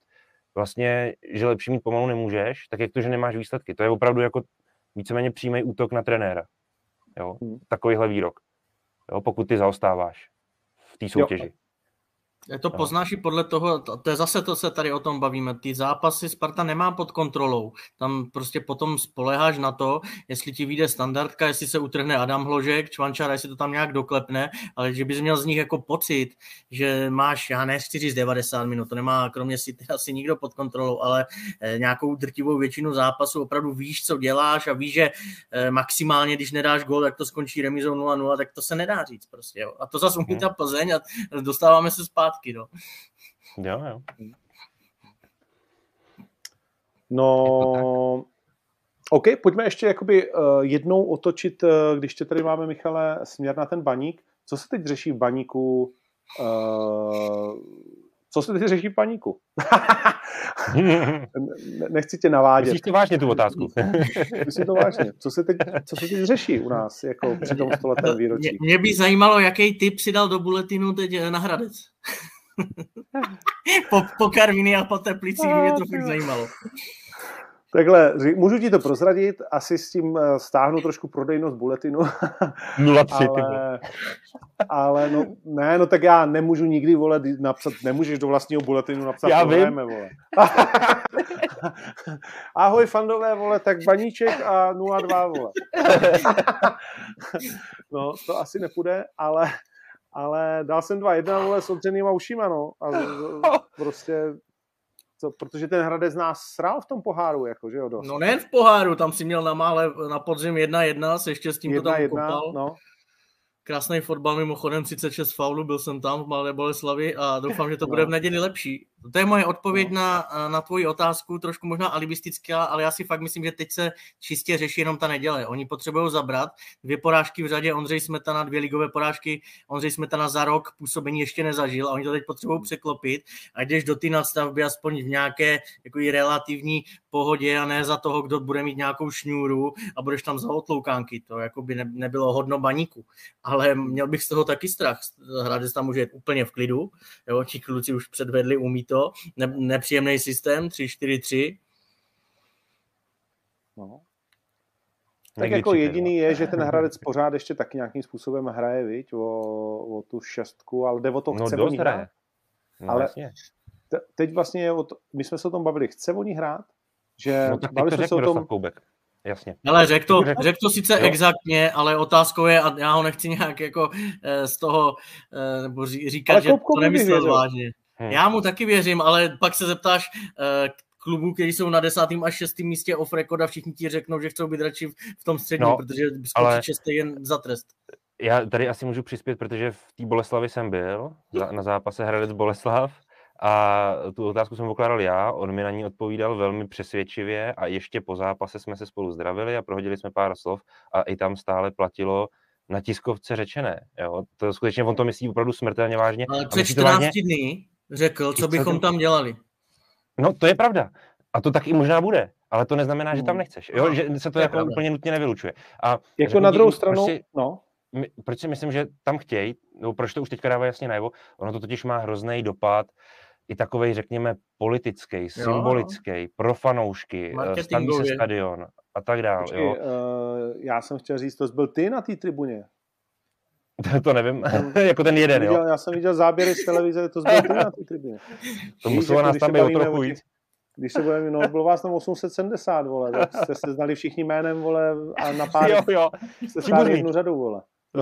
Speaker 3: vlastně, že lepší mít pomalu nemůžeš, tak jak to, že nemáš výsledky. To je opravdu jako víceméně přímý útok na trenéra. Jo? Takovýhle výrok. Jo? Pokud ty zaostáváš v té soutěži.
Speaker 2: To poznáš i podle toho, to je zase to, se tady o tom bavíme, ty zápasy Sparta nemá pod kontrolou, tam prostě potom spoléháš na to, jestli ti vyjde standardka, jestli se utrhne Adam Hložek, Čvančara, jestli to tam nějak doklepne, ale že bys měl z nich jako pocit, že máš, já nechci říct 90 minut, to nemá kromě si asi nikdo pod kontrolou, ale nějakou drtivou většinu zápasu opravdu víš, co děláš a víš, že maximálně, když nedáš gól, tak to skončí remizou 0-0, tak to se nedá říct prostě, jo. A to zase umí ta Plzeň a dostáváme se zpátky.
Speaker 3: Jo.
Speaker 1: No, OK, pojďme ještě jakoby jednou otočit, když tě tady máme, Michale, směr na ten Baník. Co se teď řeší v Baníku? Nechci tě navádět.
Speaker 3: Myslíš to vážně, tu otázku?
Speaker 1: Myslím to vážně. Co se teď řeší u nás jako při tom 100letém výročí?
Speaker 2: Mě by zajímalo, jaký tip si dal do bulletinu teď na Hradec. po Karviní a po Teplicích mě to fakt zajímalo.
Speaker 1: Takhle, můžu ti to prozradit, asi s tím stáhnu trošku prodejnost bulletinu.
Speaker 3: 0,3.
Speaker 1: Ale no tak já nemůžu nikdy, vole, napsat, nemůžeš do vlastního bulletinu napsat.
Speaker 3: Já vím.
Speaker 1: Vole. Ahoj fandové, vole, tak Baníček a 0,2, vole. No, to asi nepůjde, ale dal jsem 2-1, vole, s otřenýma ušima, no. A prostě... protože ten Hradec nás srál v tom poháru, jako, že jo, dost.
Speaker 2: No nejen v poháru, tam si měl na podzim 1-1, se ještě s tím to tam ukopal. No. Krásný fotbal, mimochodem 36 faulů, byl jsem tam v Mladé Boleslavi a doufám, že to bude v neděli lepší. To je moje odpověď na tvoji otázku, trošku možná alibistická, ale já si fakt myslím, že teď se čistě řeší jenom ta neděle. Oni potřebují zabrat 2 porážky v řadě, Ondřej Smetana, 2 ligové porážky, Ondřej Smetana za rok působení ještě nezažil a oni to teď potřebují překlopit a jdeš do ty nadstavby aspoň v nějaké jako relativní pohodě a ne za toho, kdo bude mít nějakou šňůru a budeš tam za otloukánky. To jako by nebylo hodno Baníku. Ale měl bych z toho taky strach. Hradec tam může jít úplně v klidu. Jo, ti kluci už předvedli, umí to. Nepříjemný systém, 3-4-3.
Speaker 1: No. Tak jako jediný je, že ten Hradec pořád ještě taky nějakým způsobem hraje, viď, o tu 6, ale jde o to, chce oni hrát.
Speaker 3: No,
Speaker 1: ale teď vlastně my jsme se o tom bavili, chce oni hrát? Že bavili jsme se o tom...
Speaker 3: Koubek. Jasně.
Speaker 2: Ale řek to sice exaktně, ale otázkou je, a já ho nechci nějak jako z toho nebo říkat, že to nemyslel vážně. Já mu taky věřím, ale pak se zeptáš klubů, kteří jsou na 10. až 6. místě off record a všichni ti řeknou, že chcou být radši v tom středním, protože skočí 6. jen za trest.
Speaker 3: Já tady asi můžu přispět, protože v té Boleslavi jsem byl, na zápase Hradec Boleslav a tu otázku jsem pokládal já, on mi na ní odpovídal velmi přesvědčivě a ještě po zápase jsme se spolu zdravili a prohodili jsme pár slov a i tam stále platilo na tiskovce řečené. Jo? To skutečně on to myslí opravdu smrtelně vážně.
Speaker 2: Ale před 14 dní řekl, co bychom tam dělali.
Speaker 3: No to je pravda. A to tak i možná bude. Ale to neznamená, že tam nechceš. Jo? Že se to jako úplně nutně nevylučuje. A
Speaker 1: jako na druhou stranu,
Speaker 3: proč si myslím, že tam chtějí, no proč to už teďka dává jasně najevo, ono to totiž má hrozný dopad, i takovej, řekněme, politický, symbolický, pro fanoušky, staví se stadion a tak dále.
Speaker 1: Já jsem chtěl říct, to byl ty na té tribuně.
Speaker 3: To nevím, jako ten jeden, jo.
Speaker 1: Já jsem viděl záběry z televize, to byl ty na té tribuně.
Speaker 3: To muselo nás tam být o trochu víc.
Speaker 1: Když se budeme, no, bylo vás tam 870, vole, tak jste se znali všichni jménem, vole, a na pár jste stáli jednu řadu, vole.
Speaker 3: No.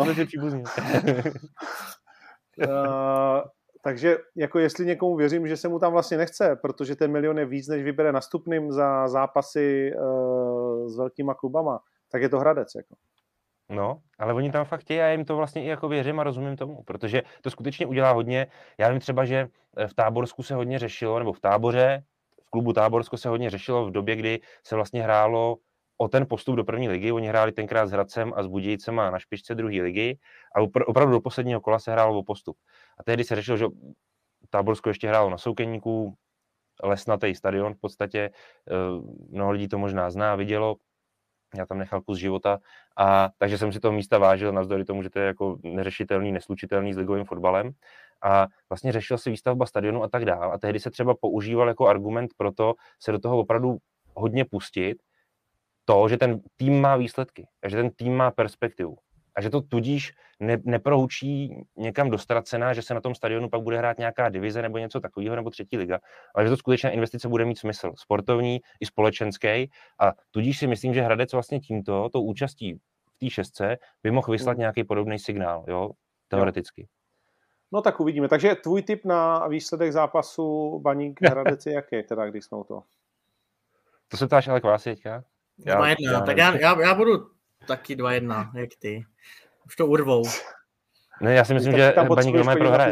Speaker 1: Takže jako jestli někomu věřím, že se mu tam vlastně nechce, protože ten milion je víc, než vybere nastupným za zápasy s velkýma klubama, tak je to Hradec, jako.
Speaker 3: No, ale oni tam fakt chtějí, já jim to vlastně i jako věřím a rozumím tomu, protože to skutečně udělá hodně. Já vím třeba, že v Táborsku se hodně řešilo, nebo v Táboře, v klubu Táborsko se hodně řešilo v době, kdy se vlastně hrálo o ten postup do první ligy. Oni hráli tenkrát s Hradcem a s Budějcema na špičce druhé ligy a opravdu do posledního kola se hrálo o postup. A tehdy se řešilo, že Táborsko ještě hrálo na Soukeníku, lesnatý stadion v podstatě, mnoho lidí to možná zná, vidělo, já tam nechal kus života, a takže jsem si toho místa vážil, navzdory tomu, že to je jako neřešitelný, neslučitelný s ligovým fotbalem. a vlastně řešil se výstavba stadionu a tak dále. A tehdy se třeba používal jako argument pro to se do toho opravdu hodně pustit, to, že ten tým má výsledky a že ten tým má perspektivu. A že to tudíž neprohučí někam do ztracena, že se na tom stadionu pak bude hrát nějaká divize nebo něco takového, nebo třetí liga, ale že to skutečná investice bude mít smysl. Sportovní i společenský. A tudíž si myslím, že Hradec vlastně tímto, tou účastí v té šestce, by mohl vyslat nějaký podobný signál, jo, teoreticky.
Speaker 1: No tak uvidíme. Takže tvůj tip na výsledek zápasu Baník Hradec je jaký, teda, když jsme to?
Speaker 3: To se ptáš ale kvásy teďka?
Speaker 2: 2-1, tak já budu taky 2-1, jak ty. Už to urvou.
Speaker 3: Ne, já si myslím, že Baník doma prohraje.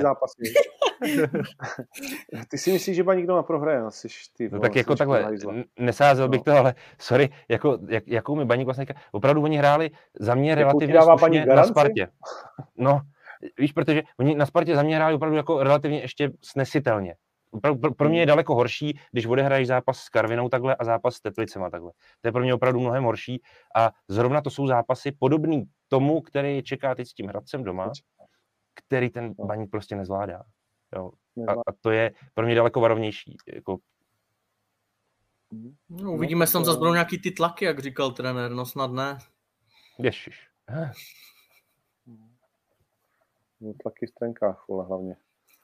Speaker 1: Ty si myslíš, že Baník doma prohraje? No,
Speaker 3: no tak jako takhle, nesázel bych to, ale sorry, jakou mi Baník vlastně... Opravdu oni hráli za mě relativně slušně na Spartě. No, víš, protože oni na Spartě za mě hráli opravdu jako relativně ještě snesitelně. Pro mě je daleko horší, když odehraješ zápas s Karvinou takhle a zápas s Teplicema takhle. To je pro mě opravdu mnohem horší a zrovna to jsou zápasy podobný tomu, který čeká teď s tím Hradcem doma, který ten Baník prostě nezvládá. Jo. A to je pro mě daleko varovnější. Jako...
Speaker 2: No, uvidíme, tam zase budou nějaký ty tlaky, jak říkal trenér, no snad ne.
Speaker 3: Ježiš.
Speaker 1: Tlaky v trenkách, vole, hlavně.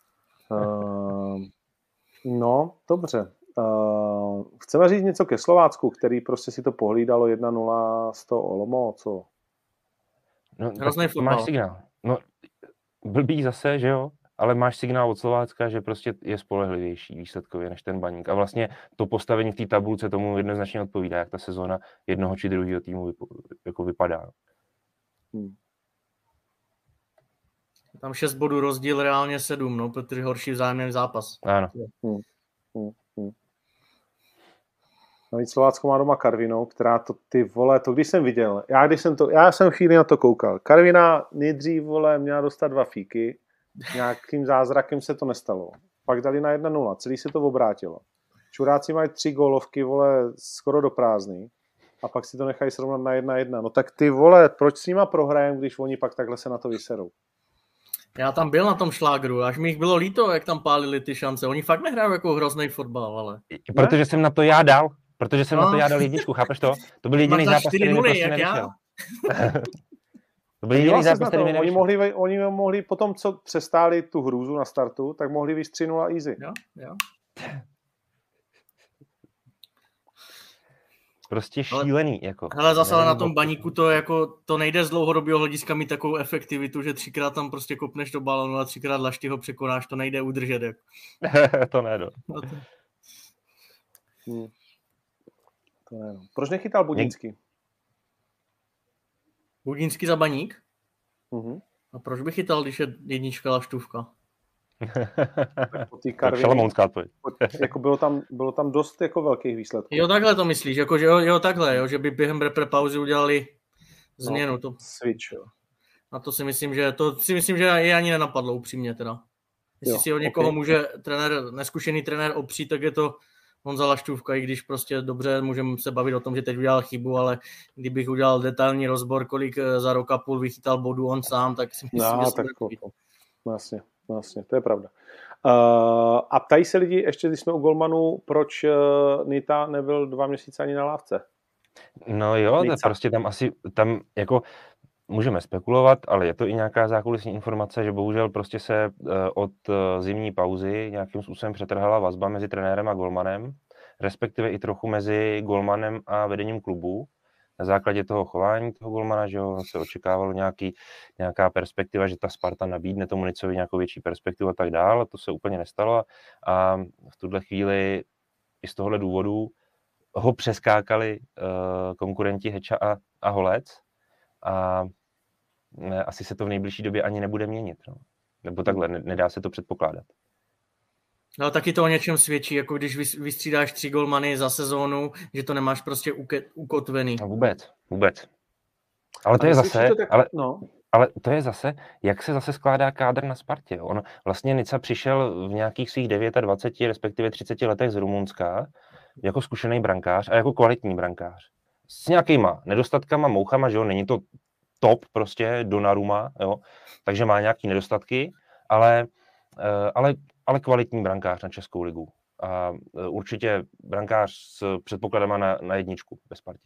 Speaker 1: No, dobře. Chceme říct něco ke Slovácku, který prostě si to pohlídalo 1-0 z toho Olomouc, co?
Speaker 3: No, máš signál. No, blbý zase, že jo? Ale máš signál od Slovácka, že prostě je spolehlivější výsledkově než ten Baník. A vlastně to postavení v té tabulce tomu jednoznačně odpovídá, jak ta sezóna jednoho či druhého týmu jako vypadá.
Speaker 2: Tam 6 bodů rozdíl, reálně 7, no, protože horší vzájemný zápas.
Speaker 3: Ano.
Speaker 1: Navíc Slovácko má doma Karvinou, která to, ty vole, to když jsem viděl, já jsem chvíli na to koukal. Karvina nejdřív, vole, měla dostat 2 fíky, nějakým zázrakem se to nestalo. Pak dali na 1-0, celý se to obrátilo. Čuráci mají 3 gólovky, vole, skoro do prázdný. A pak si to nechají srovnat na 1-1. No tak ty vole, proč s nima prohrajem, když oni pak takhle se na to vyserou?
Speaker 2: Já tam byl na tom šlágru, až mi jich bylo líto, jak tam pálili ty šance. Oni fakt nehrají jako hrozný fotbal, ale...
Speaker 3: Protože jsem na to já dal. Protože jsem na to já dal jedničku, chápeš to? To byl jediný zápas, který mi prostě nevyšel. To byl jediný zápas, který mi nevyšel.
Speaker 1: Oni mohli potom, co přestáli tu hrůzu na startu, tak mohli víc 3-0 easy.
Speaker 2: Jo.
Speaker 3: Prostě šílený. Jako.
Speaker 2: Hele, zase ale na tom Baníku to nejde z dlouhodobého hlediska mít takovou efektivitu, že 3krát tam prostě kopneš do balonu a 3krát Lašty ho překonáš, to nejde udržet. Jako.
Speaker 3: To nejde.
Speaker 1: To ne, no. Proč nechytal Budínský?
Speaker 2: Budínský za Baník?
Speaker 1: Uh-huh.
Speaker 2: A proč by chytal, když je 1 Laštůvka?
Speaker 3: Šalamounská odpověď.
Speaker 1: Jako bylo tam dost jako velkých výsledků.
Speaker 2: Jo, takhle to myslíš, jako, že jo, takhle, jo, že by během repre pauzy udělali změnu. To...
Speaker 1: Switch, jo.
Speaker 2: A to si myslím, že je ani nenapadlo upřímně teda. Jestli si od někoho může neskušený trenér opřít, tak je to Honza Laštůvka, i když prostě dobře, můžeme se bavit o tom, že teď udělal chybu, ale kdybych udělal detailní rozbor, kolik za rok a půl vychytal bodů on sám, tak si myslím, že
Speaker 1: Vlastně, to je pravda. A ptají se lidi, ještě když jsme u golmanů, proč Nita nebyl 2 měsíce ani na lávce?
Speaker 3: No jo, to prostě tam jako můžeme spekulovat, ale je to i nějaká zákulisní informace, že bohužel prostě se od zimní pauzy nějakým způsobem přetrhala vazba mezi trenérem a golmanem, respektive i trochu mezi golmanem a vedením klubu. Na základě toho chování toho golmana, že ho se očekávalo nějaká perspektiva, že ta Sparta nabídne tomu Nicovi nějakou větší perspektivu a tak dále. To se úplně nestalo a v tuhle chvíli i z tohohle důvodu ho přeskákali konkurenti Heča a Holec a asi se to v nejbližší době ani nebude měnit. No. Nebo takhle, nedá se to předpokládat.
Speaker 2: No taky to o něčem svědčí, jako když vystřídáš 3 golmany za sezónu, že to nemáš prostě ukotvený.
Speaker 3: No vůbec. Ale to je zase, ale to je zase, jak se zase skládá kádr na Spartě. On vlastně Nica přišel v nějakých svých 29, respektive 30 letech z Rumunska jako zkušený brankář a jako kvalitní brankář. S nějakýma nedostatkama, mouchama, že jo, není to top prostě Donnarumma, jo, takže má nějaký nedostatky, ale ale kvalitní brankář na Českou ligu. A určitě brankář s předpokladama na jedničku ve Spartě.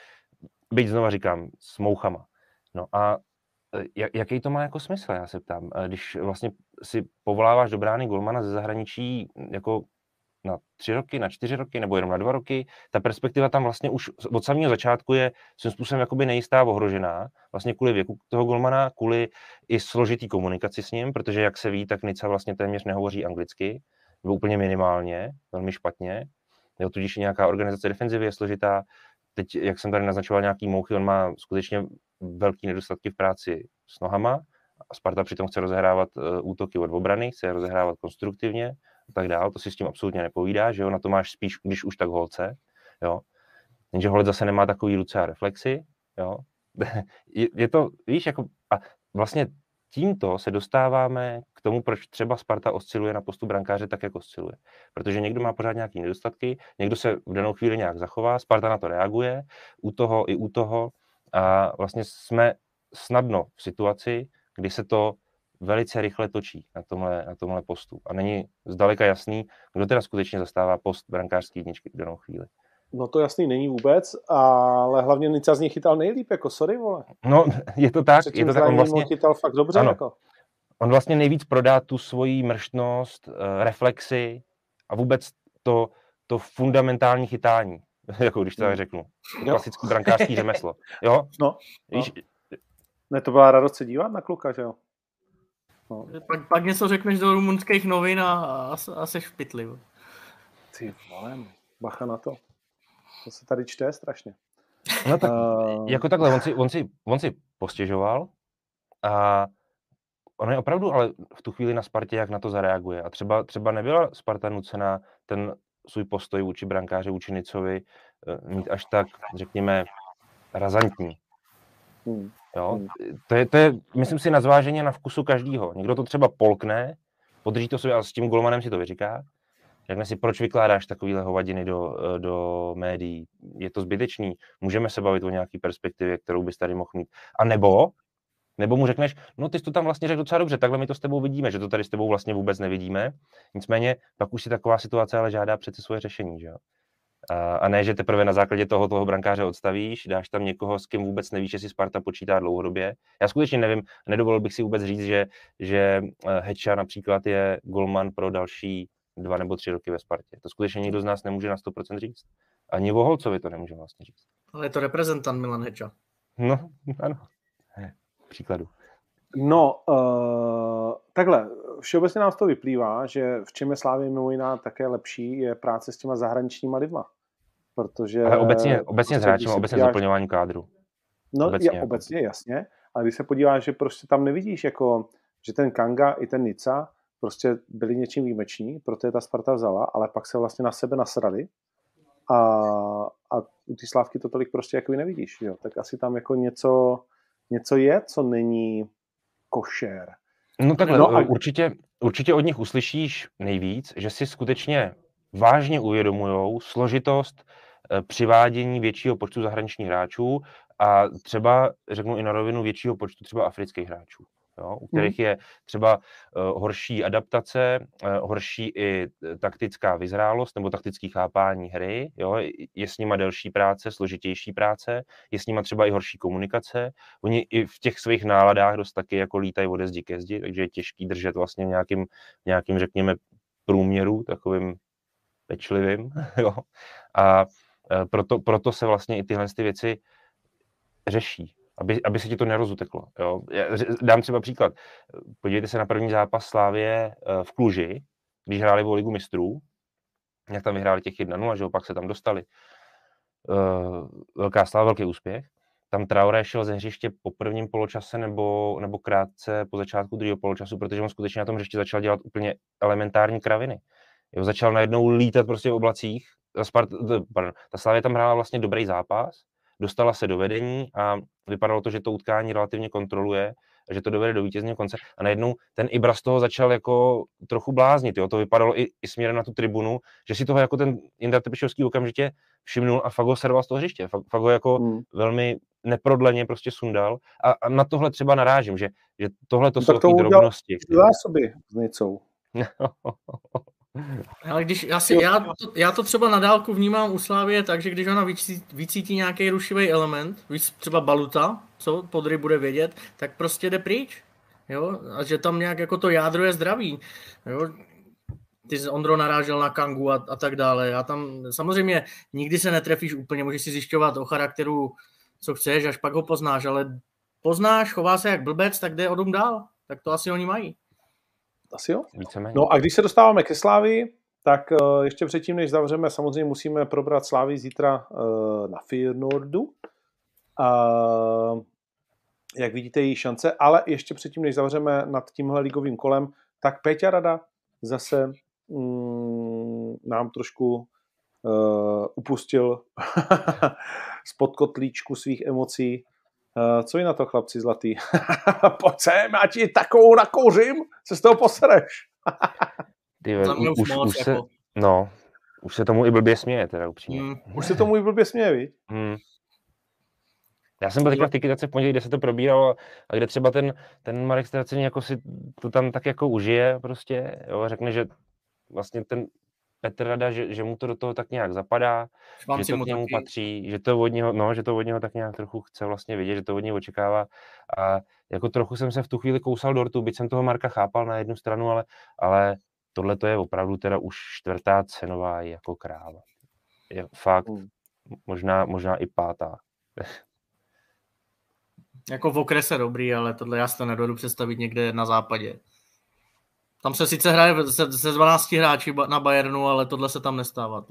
Speaker 3: Byť znova říkám, s mouchama. No a jaký to má jako smysl, já se ptám. Když vlastně si povoláváš do brány golmana ze zahraničí jako na 3 roky, na 4 roky nebo jenom na 2 roky, ta perspektiva tam vlastně už od samého začátku je svým způsobem jakoby nejistá, ohrožená, vlastně kvůli věku toho golmana, kvůli i složitý komunikaci s ním, protože jak se ví, tak Nica vlastně téměř nehovoří anglicky, nebo úplně minimálně, velmi špatně, jo, tudíž nějaká organizace defenzivy je složitá. Teď, jak jsem tady naznačoval, nějaký mouchy, on má skutečně velký nedostatky v práci s nohama a Sparta přitom chce rozehrávat útoky od obrany, chce rozehrávat konstruktivně a tak dál, to si s tím absolutně nepovídá, že jo, na to máš spíš, když už tak holce, jo. Jenže holec zase nemá takový ruce a reflexy, jo. je to, víš, jako, a vlastně tímto se dostáváme k tomu, proč třeba Sparta osciluje na postu brankáře tak, jak osciluje. Protože někdo má pořád nějaké nedostatky, někdo se v danou chvíli nějak zachová, Sparta na to reaguje, u toho a vlastně jsme snadno v situaci, kdy se to velice rychle točí na tomhle postu. A není zdaleka jasný, kdo teda skutečně zastává post brankářské jedničky v danou chvíli.
Speaker 1: No to jasný není vůbec, ale hlavně Nica z něj chytal nejlíp, jako sorry, vole.
Speaker 3: No, je to tak.
Speaker 1: On vlastně chytal fakt dobře,
Speaker 3: ano,
Speaker 1: jako.
Speaker 3: On vlastně nejvíc prodá tu svoji mrštnost, reflexy a vůbec to fundamentální chytání, jako když to tak řeknu. To klasický brankářský řemeslo. Jo?
Speaker 1: No. Víš? Ne, to byla radost se dívat na kluka, že jo?
Speaker 2: No. Pak něco řekneš do rumunských novin a seš v pytli.
Speaker 1: Ty vole, bacha na to. To se tady čte strašně.
Speaker 3: No tak jako takhle, on si postěžoval a on je opravdu, ale v tu chvíli na Spartě, jak na to zareaguje. A třeba nebyla Sparta nucena ten svůj postoj vůči brankáři, vůči Nicovi mít až tak, řekněme, razantní. Jo? To je, myslím si, na zvážení na vkusu každýho. Někdo to třeba polkne, podrží to sobě a s tím golmanem si to vyříká. Řekne si, proč vykládáš takovýhle hovadiny do médií? Je to zbytečný? Můžeme se bavit o nějaký perspektivě, kterou bys tady mohl mít. A nebo mu řekneš, no ty jsi to tam vlastně řekl docela dobře, takhle my to s tebou vidíme, že to tady s tebou vlastně vůbec nevidíme. Nicméně pak už si taková situace ale žádá přece svoje řešení, že jo? A ne, že teprve na základě toho brankáře odstavíš, dáš tam někoho, s kým vůbec nevíš, jestli Sparta počítá dlouhodobě. Já skutečně nevím, nedovolil bych si vůbec říct, že Heča například je golman pro další 2 nebo 3 roky ve Spartě. To skutečně nikdo z nás nemůže na 100% říct. Ani o Holcovi to nemůže vlastně říct.
Speaker 2: Ale je to reprezentant Milan Heča.
Speaker 3: No, ano. Příkladu.
Speaker 1: No, takhle, všeobecně nám z toho vyplývá, že v čem je Slavia mimo jiná také lepší, je práce s těma zahraničníma lidma. Protože...
Speaker 3: Ale obecně s hráčem, obecně s doplňování kádru.
Speaker 1: No, obecně, jasně, ale když se podíváš, že prostě tam nevidíš, jako, že ten Kanga i ten Nica prostě byli něčím výjimeční, proto je ta Sparta vzala, ale pak se vlastně na sebe nasrali a u té Slávky to tolik prostě jako nevidíš, jo? Tak asi tam jako něco je, co není košer.
Speaker 3: No takhle, určitě od nich uslyšíš nejvíc, že si skutečně vážně uvědomujou složitost přivádění většího počtu zahraničních hráčů a třeba, řeknu i na rovinu, většího počtu třeba afrických hráčů, jo, u kterých je třeba horší adaptace, horší i taktická vyzrálost nebo taktické chápání hry, jo, je s nima delší práce, složitější práce, je s nima třeba i horší komunikace. Oni i v těch svých náladách dost taky jako lítají ode zdi ke zdi, takže je těžký držet vlastně nějakým řekněme průměru, takovým pečlivým, jo. A proto se vlastně i tyhle ty věci řeší, aby se ti to nerozuteklo. Jo. Dám třeba příklad. Podívejte se na první zápas Slavie v Kluži, když hráli o Ligu mistrů, jak tam vyhráli těch 1-0, že jo, pak se tam dostali. Velká sláva, velký úspěch. Tam Traoré šel ze hřiště po prvním poločase nebo krátce po začátku druhého poločasu, protože on skutečně na tom hřišti začal dělat úplně elementární kraviny. Jo, začal najednou lítat prostě v oblacích. Ta Slavia tam hrála vlastně dobrý zápas, dostala se do vedení a vypadalo to, že to utkání relativně kontroluje, že to dovede do vítězného konce a najednou ten Ibra z toho začal jako trochu bláznit, jo? To vypadalo i směrem na tu tribunu, že si toho jako ten Jindra Trpišovský okamžitě všimnul a Fago serval z toho hřiště. Fago jako velmi neprodleně prostě sundal a na tohle třeba narážím, že tohle to jsou takové drobnosti.
Speaker 1: Zásoby s Nicou.
Speaker 2: Ale když já to třeba na dálku vnímám u Slávie, takže když ona vycítí nějaký rušivý element, víc třeba Baluta, co Podry bude vědět, tak prostě jde pryč. Jo? A že tam nějak jako to jádro je zdravý. Jo? Ty Ondro narážel na Kangu a tak dále. Já tam samozřejmě nikdy se netrefíš úplně, můžeš si zjišťovat o charakteru, co chceš, až pak ho poznáš, ale poznáš, chová se jak blbec, tak jde o dům dál. Tak to asi oni mají.
Speaker 1: Asi jo.
Speaker 3: Víceméně.
Speaker 1: No a když se dostáváme ke Slávii, tak ještě předtím, než zavřeme, samozřejmě musíme probrat Slávii zítra na Feyenoordu. Jak vidíte její šance, ale ještě předtím, než zavřeme nad tímhle ligovým kolem, tak Péťa Rada zase nám trošku upustil spod kotlíčku svých emocí. Co je na to, chlapci zlatý? Pojď sem, já ti takovou nakouřím, se z toho posereš.
Speaker 3: Už se tomu i blbě směje, teda upřímně.
Speaker 1: Už se tomu i blbě směje, viď?
Speaker 3: Já jsem byl teďka v Tykitaci v pondělí, kde se to probíralo a kde třeba ten Marek Stracený jako si to tam tak jako užije prostě, jo, řekne, že vlastně ten Petr Rada, že mu to do toho tak nějak zapadá, že to k němu patří, že to od něho tak nějak trochu chce vlastně vidět, že to od něj očekává a jako trochu jsem se v tu chvíli kousal do rtu, byť jsem toho Marka chápal na jednu stranu, ale tohle to je opravdu teda už 4. cenová jako kráva. Je fakt, možná i 5.
Speaker 2: Jako v okrese dobrý, ale tohle já si to nedovedu představit někde na západě. Tam se sice hraje se 12 hráči na Bayernu, ale tohle se tam nestává.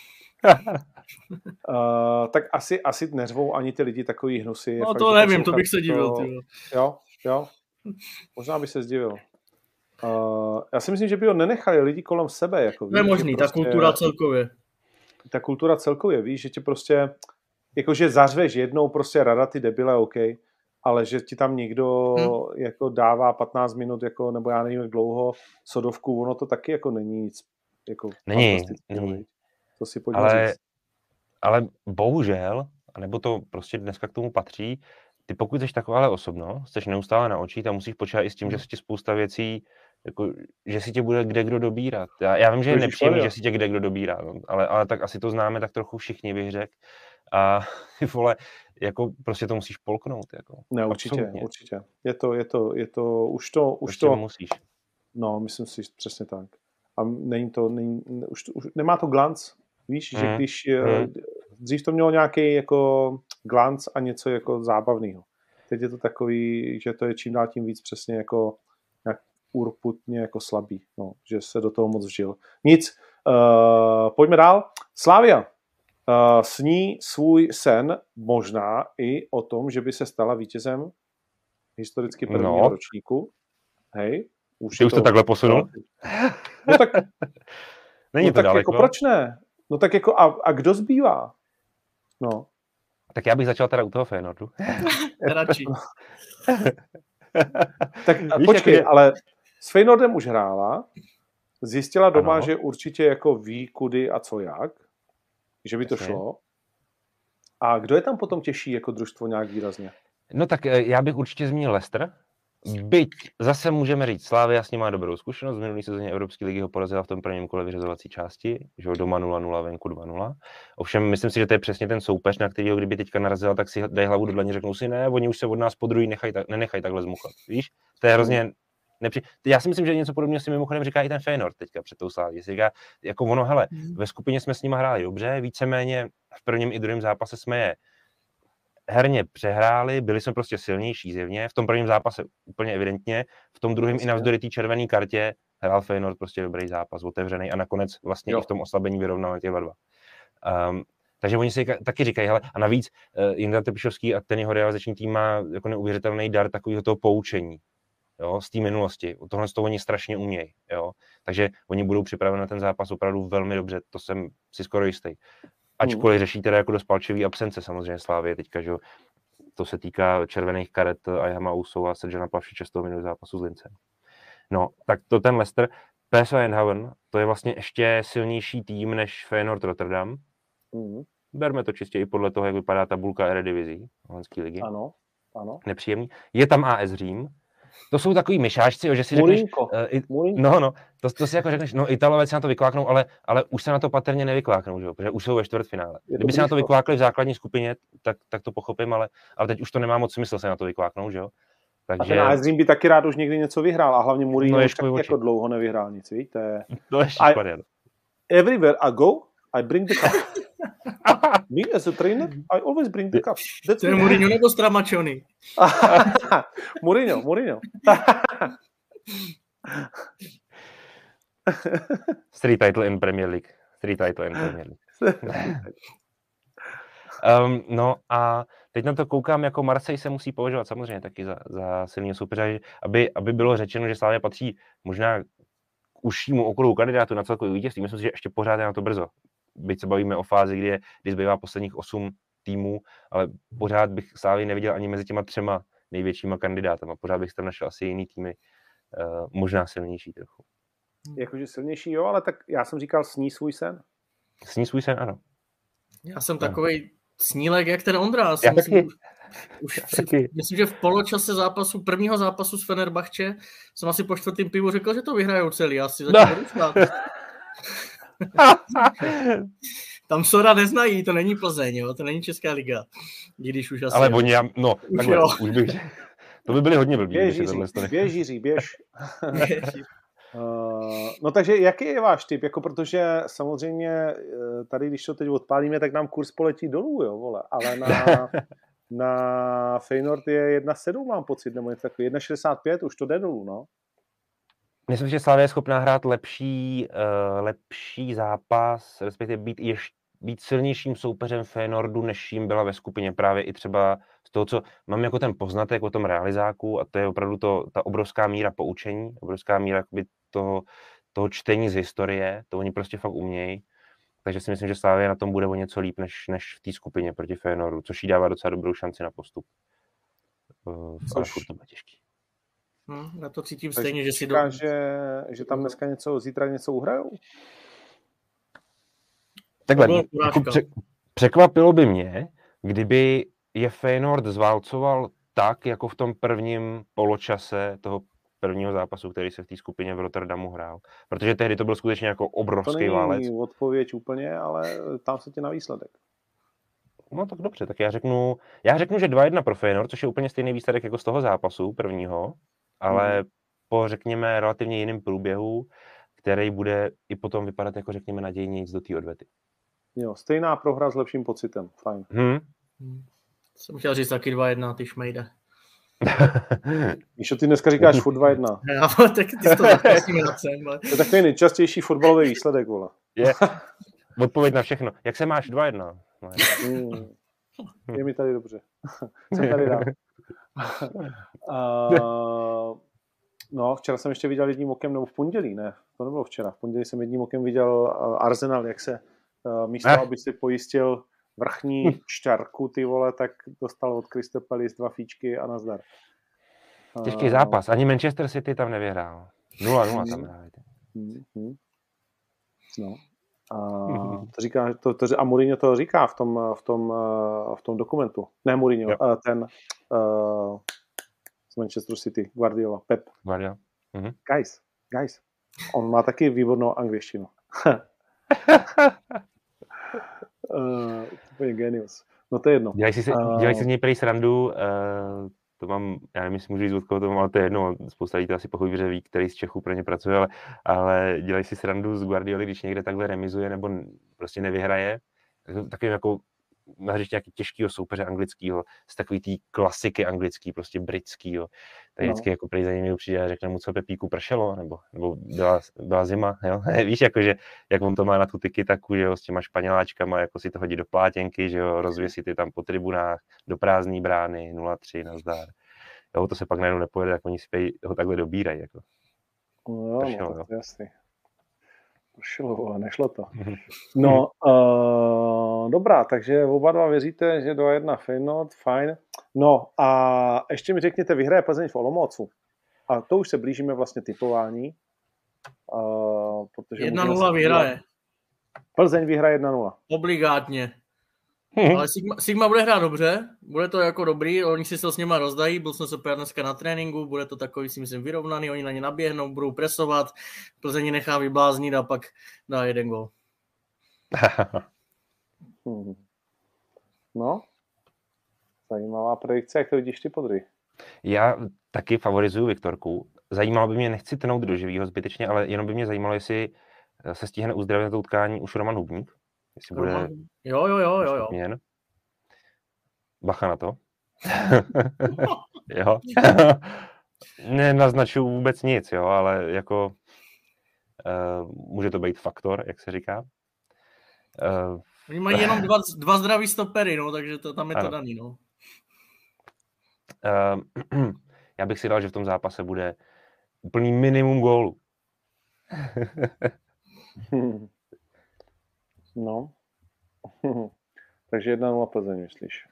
Speaker 1: Tak asi neřvou ani ty lidi takový hnusy.
Speaker 2: No to nevím, to bych se divil.
Speaker 1: Jo. Možná by se zdivil. Já si myslím, že by ho nenechali lidi kolem sebe. Jako,
Speaker 2: to je možný, prostě, ta kultura celkově.
Speaker 1: Ta kultura celkově, víš, že ti prostě, jakože zařveš jednou prostě Rada, ty debile, OK, ale že ti tam někdo jako dává 15 minut, jako, nebo já nevím, jak dlouho, sodovku, ono to taky jako není nic jako
Speaker 3: Není.
Speaker 1: To si pojďme říct.
Speaker 3: Ale bohužel, nebo to prostě dneska k tomu patří, ty pokud jsi takováhle osobnost, jsi neustále na očích a musíš počítat i s tím, že si ti spousta věcí, jako, že si tě bude kde kdo dobírat. Já vím, že je nepříjemný, že si tě kde kdo dobírá, no, ale tak asi to známe tak trochu všichni, bych řekl. A ty vole, jako prostě to musíš polknout. Jako.
Speaker 1: Ne, určitě. Je to, už
Speaker 3: to musíš.
Speaker 1: No, myslím si přesně tak. A už nemá to glanc, víš, že když dřív to mělo nějaký jako glanc a něco jako zábavného. Teď je to takový, že to je čím dál tím víc přesně jako nějak urputně jako slabý, no, že se do toho moc vžil. Nic, pojďme dál. Slavia sní svůj sen možná i o tom, že by se stala vítězem historicky prvního ročníku. Hej.
Speaker 3: Už to takhle posunul?
Speaker 1: No tak,
Speaker 3: není to
Speaker 1: tak
Speaker 3: daleko.
Speaker 1: Jako proč ne? No tak jako a kdo zbývá? No.
Speaker 3: Tak já bych začal teda u toho Feyenoordu.
Speaker 2: Radši.
Speaker 1: Tak počkej, ale s Feyenoordem už hrála, zjistila doma, že určitě jako ví, kudy a co jak, že by to šlo. A kdo je tam potom těžší jako družstvo nějak výrazně?
Speaker 3: No tak já bych určitě zmínil Leicester. Byť zase můžeme říct, Slavia s ním má dobrou zkušenost, v minulý sezóně Evropské ligy ho porazila v tom prvním kole vyřazovací části, že doma 0-0, venku 2-0. Ovšem, myslím si, že to je přesně ten soupeř, na kterýho kdyby teďka narazila, tak si dají hlavu do dlaně, řeknou si, ne, oni už se od nás po druhý nenechají takhle zmuchat, víš? To je hrozně Já si myslím, že něco podobného si mimochodem říká i ten Feyenoord teďka před tou Slaví. Říká, jako ono, hele, ve skupině jsme s nimi hráli dobře, víceméně v prvním i druhém zápase jsme je herně přehráli, byli jsme prostě silnější zjevně, v tom prvním zápase úplně evidentně, v tom druhém i navzdory té červené kartě hrál Feyenoord prostě dobrý zápas, otevřený a nakonec vlastně i v tom oslabení vyrovnal těch 2-2. Takže oni si taky říkají, hele, a navíc Jindra Trpišovský a ten jeho realizační tým má jako neuvěřitelný dar takového toho poučení, jo, z té minulosti. Tohle z toho oni strašně umějí, jo. Takže oni budou připraveni na ten zápas opravdu velmi dobře, to jsem si skoro jistý. Ačkoliv řeší teda jako dost palčivý absence samozřejmě Slávie teďka, že to se týká červených karet Ayhama Ousou a Sergena Plavšiče z toho minulého zápasu s Lincem. No, tak to ten Leicester. PSV Eindhoven, to je vlastně ještě silnější tým než Feyenoord Rotterdam. Berme to čistě i podle toho, jak vypadá tabulka Eredivizí holandské ligy.
Speaker 1: Ano.
Speaker 3: Nepříjemný. Je tam AS Řím. to jsou takový myšáčci, že si řekneš... No, to si jako řekneš, no Italové se na to vykláknou, ale už se na to patrně nevykláknou, že jo, protože už jsou ve čtvrtfinále. Kdyby se na to vyklákli v základní skupině, tak to pochopím, ale teď už to nemá moc smysl se na to vykláknout, že jo.
Speaker 1: Takže... A ten AS Řím by taky rád už někdy něco vyhrál a hlavně Mourinho už taky jako dlouho nevyhrál nic, víte.
Speaker 3: To je
Speaker 1: Everywhere I go, I bring the cup. Me as a trainer, I always bring the cup.
Speaker 2: To je Mourinho nebo Stramaccioni?
Speaker 1: Mourinho.
Speaker 3: Three title in Premier League. No a teď na to koukám, jako Marseille se musí považovat samozřejmě taky za silného soupeře, aby bylo řečeno, že Slavia patří možná k užšímu okruhu kandidátů na celkový vítězství. Myslím si, že ještě pořád je na to brzo. Byť se bavíme o fázi, kdy zbývá posledních 8 týmů, ale pořád bych Slavii neviděl ani mezi těma 3 největšíma kandidátama. Pořád bych tam našel asi jiný týmy, možná silnější trochu.
Speaker 1: Jakože silnější, jo, ale tak já jsem říkal sní svůj sen.
Speaker 3: Sní svůj sen, ano.
Speaker 2: Já jsem takovej snílek, jak ten Ondra. Myslím, že v poločase prvního zápasu s Fenerbahče jsem asi po 4. pivu řekl, že to vyhrajou celý. Asi začal růstát. Tam Sora neznají, to není Plzeň, jo? To není Česká liga. Když už asi...
Speaker 3: Ale oni, už bych... To by byli hodně blbí.
Speaker 1: Běž, Jiří, běž. No takže jaký je váš tip? Jako protože samozřejmě tady, když to teď odpálíme, tak nám kurz poletí dolů, jo, vole. Ale na Feyenoord je 1,7, mám pocit, nebo něco takový. 1,65, už to jde dolů, no.
Speaker 3: Myslím, že Slavia je schopná hrát lepší zápas, respektive být silnějším soupeřem Feyenoordu, než jim byla ve skupině. Právě i třeba z toho, co mám jako ten poznatek o tom realizáku, a to je opravdu ta obrovská míra poučení, obrovská míra toho čtení z historie, to oni prostě fakt umějí. Takže si myslím, že Slavia na tom bude o něco líp, než v té skupině proti Feyenoordu, což jí dává docela dobrou šanci na postup. Ale furt to bude těžký.
Speaker 2: Já to cítím stejně, že si
Speaker 1: že tam dneska zítra něco uhrajou?
Speaker 3: Takhle, jako překvapilo by mě, kdyby je Feyenoord zválcoval tak, jako v tom prvním poločase toho prvního zápasu, který se v té skupině v Rotterdamu hrál. Protože tehdy to byl skutečně jako obrovský válec.
Speaker 1: To není odpověď úplně, ale tam se tě na výsledek.
Speaker 3: No tak dobře, tak já řeknu, že 2-1 pro Feyenoord, což je úplně stejný výsledek jako z toho zápasu prvního, ale po, řekněme, relativně jiném průběhu, který bude i potom vypadat jako, řekněme, nadějnějc do té odvety.
Speaker 1: Jo, stejná prohra s lepším pocitem. Fajn.
Speaker 2: Jsem chtěl říct taky 2-1, ty šmejde.
Speaker 1: Míšo, ty dneska říkáš furt 2-1.
Speaker 2: Já, tak ty jsi to zapasíme na cen.
Speaker 1: To je takový nejčastější fotbalový výsledek, vole.
Speaker 3: Je. Odpověď na všechno. Jak se máš 2-1?
Speaker 1: Je mi tady dobře. Jsem tady rád. No, včera jsem ještě viděl jedním okem, nebo v pondělí, ne, to nebylo včera. V pondělí jsem jedním okem viděl Arsenal, jak se místo, aby si pojistil vrchní šťarku, ty vole, tak dostal od Crystal Palace 2 fíčky a nazdar.
Speaker 3: Těžký zápas. Ani Manchester City tam nevyhrál. 0-0 tam hráli.
Speaker 1: No. To říká, a Mourinho to říká v tom dokumentu. Ne Mourinho, ten z Manchester City, Guardiola, Pep.
Speaker 3: Guardiola.
Speaker 1: Guys. On má taky výbornou angličtinu. To je genius. No to je jedno.
Speaker 3: Dělají si z něj prý srandu, to mám, já nevím, jestli můžu říct od koho to mám, ale to je jedno, spousta lidí to asi pochopí, že ví, který z Čechů pro ně pracuje, ale dělají si srandu z Guardioli, když někde takhle remizuje nebo prostě nevyhraje, takovým jako na hřiště nějaký těžkýho soupeře anglického, z takový té klasiky anglický, prostě britskýho. Tak vždycky jako prý za ním přijde a řekne mu, co Pepíku pršelo, nebo byla zima, jo? Víš, jakože, jak on to má na tu tiki-taku, že jo, s těma španěláčkama, jako si to hodí do plátěnky, že jo, rozvěsí ty tam po tribunách, do prázdný brány, 0-3, nazdar. Jo, to se pak najednou nepojede, jak oni si ho takhle dobírají, jako.
Speaker 1: No, pršelo, no, to je jasný. Pršelo, ale nešlo to. No, dobrá, takže oba dva věříte, že 2-1 Feyenoord, fajn. No a ještě mi řekněte, vyhraje Plzeň v Olomoucu. A to už se blížíme vlastně typování.
Speaker 2: 1-0 vyhraje.
Speaker 1: Plzeň vyhraje 1-0.
Speaker 2: Obligátně. Ale Sigma bude hrát dobře, bude to jako dobrý, oni si to s nima rozdají, byl jsem super dneska na tréninku, bude to takový, si myslím, vyrovnaný, oni na ně naběhnou, budou presovat, Plzeň nechá vybláznit a pak dá 1 gól.
Speaker 1: No, zajímavá predikce, jak to vidíš ty, Podry?
Speaker 3: Já taky favorizuju Viktorku. Zajímalo by mě, nechci tnout do živýho zbytečně, ale jenom by mě zajímalo, jestli se stihne uzdravit na to utkání už Roman Hubník. Jestli bude
Speaker 2: Jo.
Speaker 3: Měn. Bacha na to. Jo. Nenaznačuju vůbec nic, jo, ale jako může to být faktor, jak se říká.
Speaker 2: Oni mají jenom dva zdraví stopery, no, takže tam je to daný, no.
Speaker 3: Já bych si dal, že v tom zápase bude úplný minimum gólu.
Speaker 1: No. Takže 1-0 Plzeň, myslíš?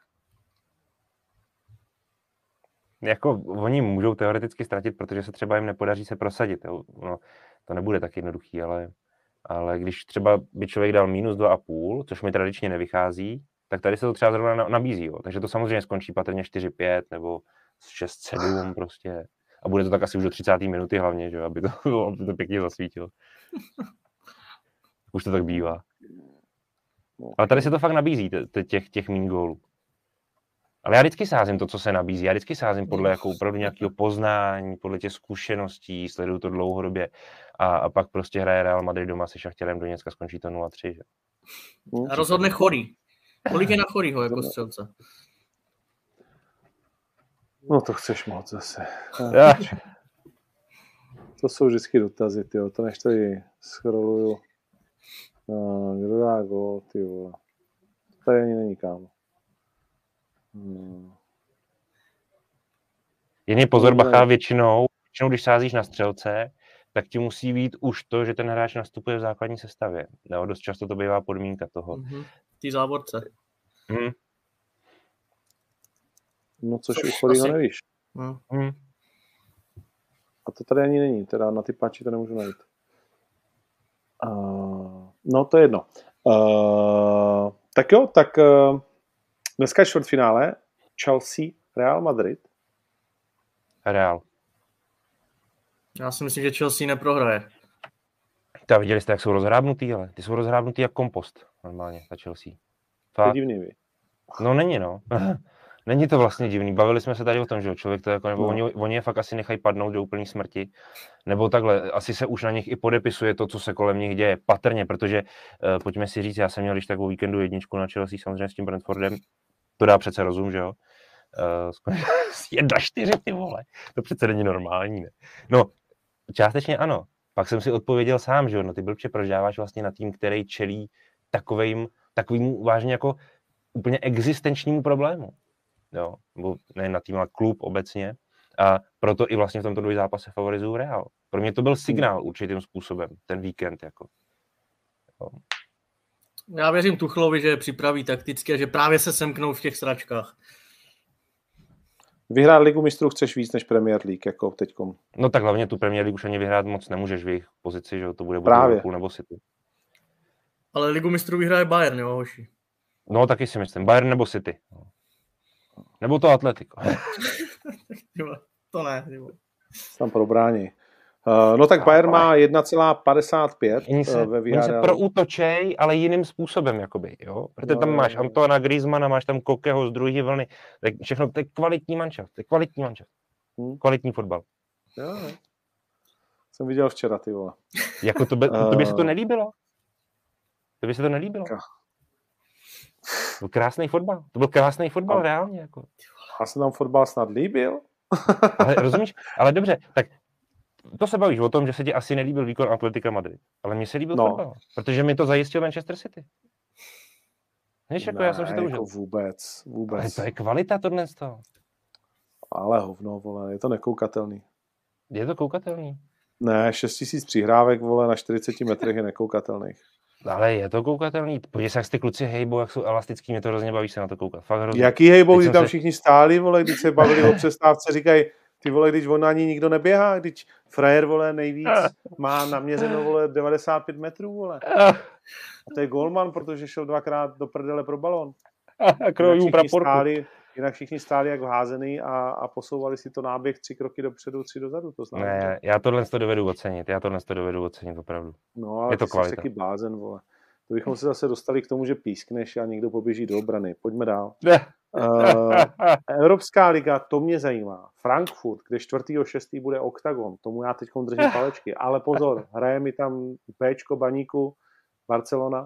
Speaker 3: Jako oni můžou teoreticky ztratit, protože se třeba jim nepodaří se prosadit. Jo. No, to nebude tak jednoduchý, ale když třeba by člověk dal -2,5, což mi tradičně nevychází, tak tady se to třeba zrovna nabízí. Jo. Takže to samozřejmě skončí patrně 4-5 nebo 6-7 prostě. A bude to tak asi už do 30. minuty hlavně, že? Aby to pěkně zasvítilo. Už to tak bývá. Ale tady se to fakt nabízí, těch míň gólů. Ale já vždycky sázím to, co se nabízí. Já vždycky sázím podle jako opravdu nějakého poznání, podle těch zkušeností, sleduju to dlouhodobě a pak prostě hraje Real Madrid doma se Šachtěrem Doněcka, skončí to 0-3. Že?
Speaker 2: A rozhodne Chorý. Kolik je na Chorýho jako střelce?
Speaker 1: No to chceš moc zase. To jsou vždycky dotazy, tyjo. To než tady scrolluju. Kdo dá gól, ty vole. Tady ani není, kámo.
Speaker 3: Jiný pozor, bacha, většinou, když sázíš na střelce, tak ti musí být už to, že ten hráč nastupuje v základní sestavě. No, dost často to bývá podmínka toho.
Speaker 2: Ty závorce.
Speaker 1: No což u Chorýho nevíš. A to tady ani není, teda na ty páči to nemůžu najít. No to je jedno. Tak jo, tak dneska je čtvrtfinále Chelsea, Real Madrid.
Speaker 3: Real.
Speaker 2: Já si myslím, že Chelsea neprohraje.
Speaker 3: Tak viděli jste, jak jsou rozhrábnutý, ale ty jsou rozhrábnutý jak kompost normálně, ta Chelsea.
Speaker 1: To je divný, vy.
Speaker 3: No není, no. Není to vlastně divný. Bavili jsme se tady o tom, že člověk to jako, nebo oni je fakt asi nechají padnout do úplný smrti. Nebo takhle, asi se už na nich i podepisuje to, co se kolem nich děje. Patrně, protože pojďme si říct, já jsem měl když tak o víkendu 1 na Chelsea, samozřejmě s tím Brentfordem. To dá přece rozum, že jo? 1-4, ty vole. To přece není normální, ne? No, částečně ano. Pak jsem si odpověděl sám, že jo? No ty blbče, proč dáváš vlastně na tým, který čelí takovým vážně jako úplně existenčnímu problému. Jo, nebo ne na tým, ale klub obecně. A proto i vlastně v tomto dvojzápase favorizuju Real. Pro mě to byl signál určitým způsobem, ten víkend. Jako. Jo.
Speaker 2: Já věřím Tuchlovi, že je připraví takticky a že právě se semknou v těch sračkách.
Speaker 1: Vyhrát Ligu mistrů chceš víc než Premier League, jako teďkom.
Speaker 3: No tak hlavně tu Premier League už ani vyhrát moc nemůžeš v jejich pozici, že to bude Liverpool nebo City.
Speaker 2: Ale Ligu mistrů vyhraje Bayern, jo, hoši.
Speaker 3: No taky si myslím, Bayern nebo City. Nebo to Atletico.
Speaker 2: To ne.
Speaker 1: Tam probrání. No tak Bayern má 1,55 ve
Speaker 3: Oni se proútočej, ale jiným způsobem, jakoby, jo? Protože tam máš Antoana Griezmana, máš tam Kokeho z druhé vlny, tak všechno, to je kvalitní manšaft, kvalitní fotbal.
Speaker 1: Jo. Jsem viděl včera, ty vole.
Speaker 3: Jako to by se to nelíbilo? To by se to nelíbilo? To byl krásný fotbal, reálně. Jako.
Speaker 1: A se tam fotbal snad líbil?
Speaker 3: Ale rozumíš? Ale dobře, tak to se bavíš o tom, že se ti asi nelíbil výkon Atletika Madrid. Ale mně se líbil fotbal, protože mi to zajistil Manchester City. Víš, jako já jsem si to užil.
Speaker 1: Vůbec.
Speaker 3: Ale to je kvalita tohle z toho.
Speaker 1: Ale hovno, vole, je to nekoukatelný.
Speaker 3: Je to koukatelný?
Speaker 1: Ne, 6 000 přihrávek, vole, na 40 metrech je nekoukatelných.
Speaker 3: Ale je to koukatelný. Podívej se, jak ty kluci hejbou, jak jsou elastický, mě to hrozně baví se na to koukat. Fakt hrozně.
Speaker 1: Jaký hejbou, když tam všichni stáli, vole, když se bavili o přestávce, říkají, ty vole, když on ani nikdo neběhá, když frajer, vole, nejvíc má naměřeno, vole, 95 metrů, vole. A to je golman, protože šel 2krát do prdele pro balón.
Speaker 3: Krojů praporku.
Speaker 1: Jinak všichni stáli jak vházený a posouvali si to náběh 3 kroky dopředu, 3 dozadu. To znamená.
Speaker 3: Ne, já tohle to dovedu ocenit opravdu.
Speaker 1: No, ale
Speaker 3: je to
Speaker 1: ty
Speaker 3: kvalita.
Speaker 1: jsi taky blázen, vole. To bychom se zase dostali k tomu, že pískneš a někdo poběží do obrany. Pojďme dál. Evropská liga, to mě zajímá. Frankfurt, kde 4.6. bude Oktagon, tomu já teď držím palečky. Ale pozor, hraje mi tam Péčko Baníku, Barcelona.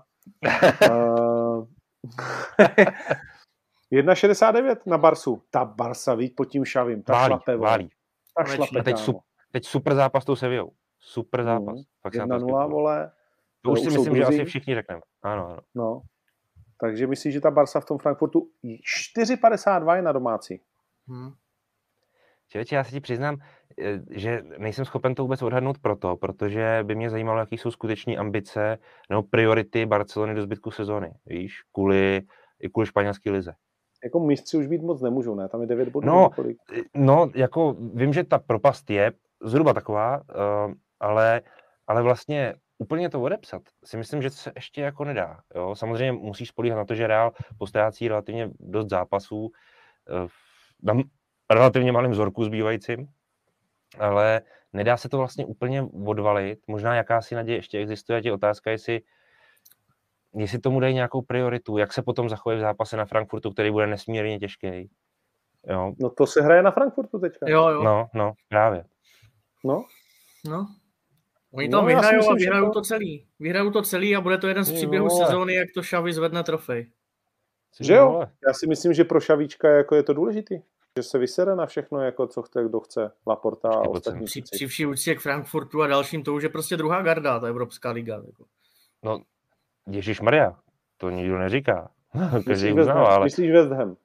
Speaker 1: 1,69 na Barsu. Ta Barsa, víc pod tím šavím. Ta šlape,
Speaker 3: válí.
Speaker 1: Ta šlape,
Speaker 3: teď super zápas tou Sevillou. Super zápas.
Speaker 1: 1-0, vole.
Speaker 3: To už si myslím, že asi všichni řekneme. Ano.
Speaker 1: No. Takže myslíš, že ta Barsa v tom Frankfurtu 4,52 je na domácí?
Speaker 3: Člověče, já se ti přiznám, že nejsem schopen to vůbec odhadnout protože by mě zajímalo, jaký jsou skuteční ambice nebo priority Barcelony do zbytku sezóny. Víš, kvůli španělské lize.
Speaker 1: Jako mistři už být moc nemůžou, ne? Tam je 9 bodů.
Speaker 3: No, jako vím, že ta propast je zhruba taková, ale vlastně úplně to odepsat si myslím, že se ještě jako nedá. Jo? Samozřejmě musíš spolíhat na to, že Real postrácí relativně dost zápasů na relativně malým vzorku zbývajícím, ale nedá se to vlastně úplně odvalit. Možná jakási naděje ještě existuje, je otázka, jestli tomu dají nějakou prioritu, jak se potom zachovají v zápase na Frankfurtu, který bude nesmírně těžký. Jo.
Speaker 1: No to se hraje na Frankfurtu teďka.
Speaker 2: Jo.
Speaker 3: No, právě.
Speaker 1: No.
Speaker 2: Oni tam vyhrajou a vyhrajou to celý. Vyhrajou to celý a bude to jeden z příběhů sezóny, jak to Xavi zvedne trofej.
Speaker 1: Že jo? Já si myslím, že pro Xavíčka jako je to důležitý. Že se vysere na všechno, jako co chce, kdo chce. Laporta a ostatní.
Speaker 2: Při vší úctě k Frankfurtu a dalším, to už je prostě druhá garda, ta Evropská liga. Jako.
Speaker 3: No, Ježišmarja, to nikdo neříká.
Speaker 1: Každý uznává, ale... Myslíš West Ham?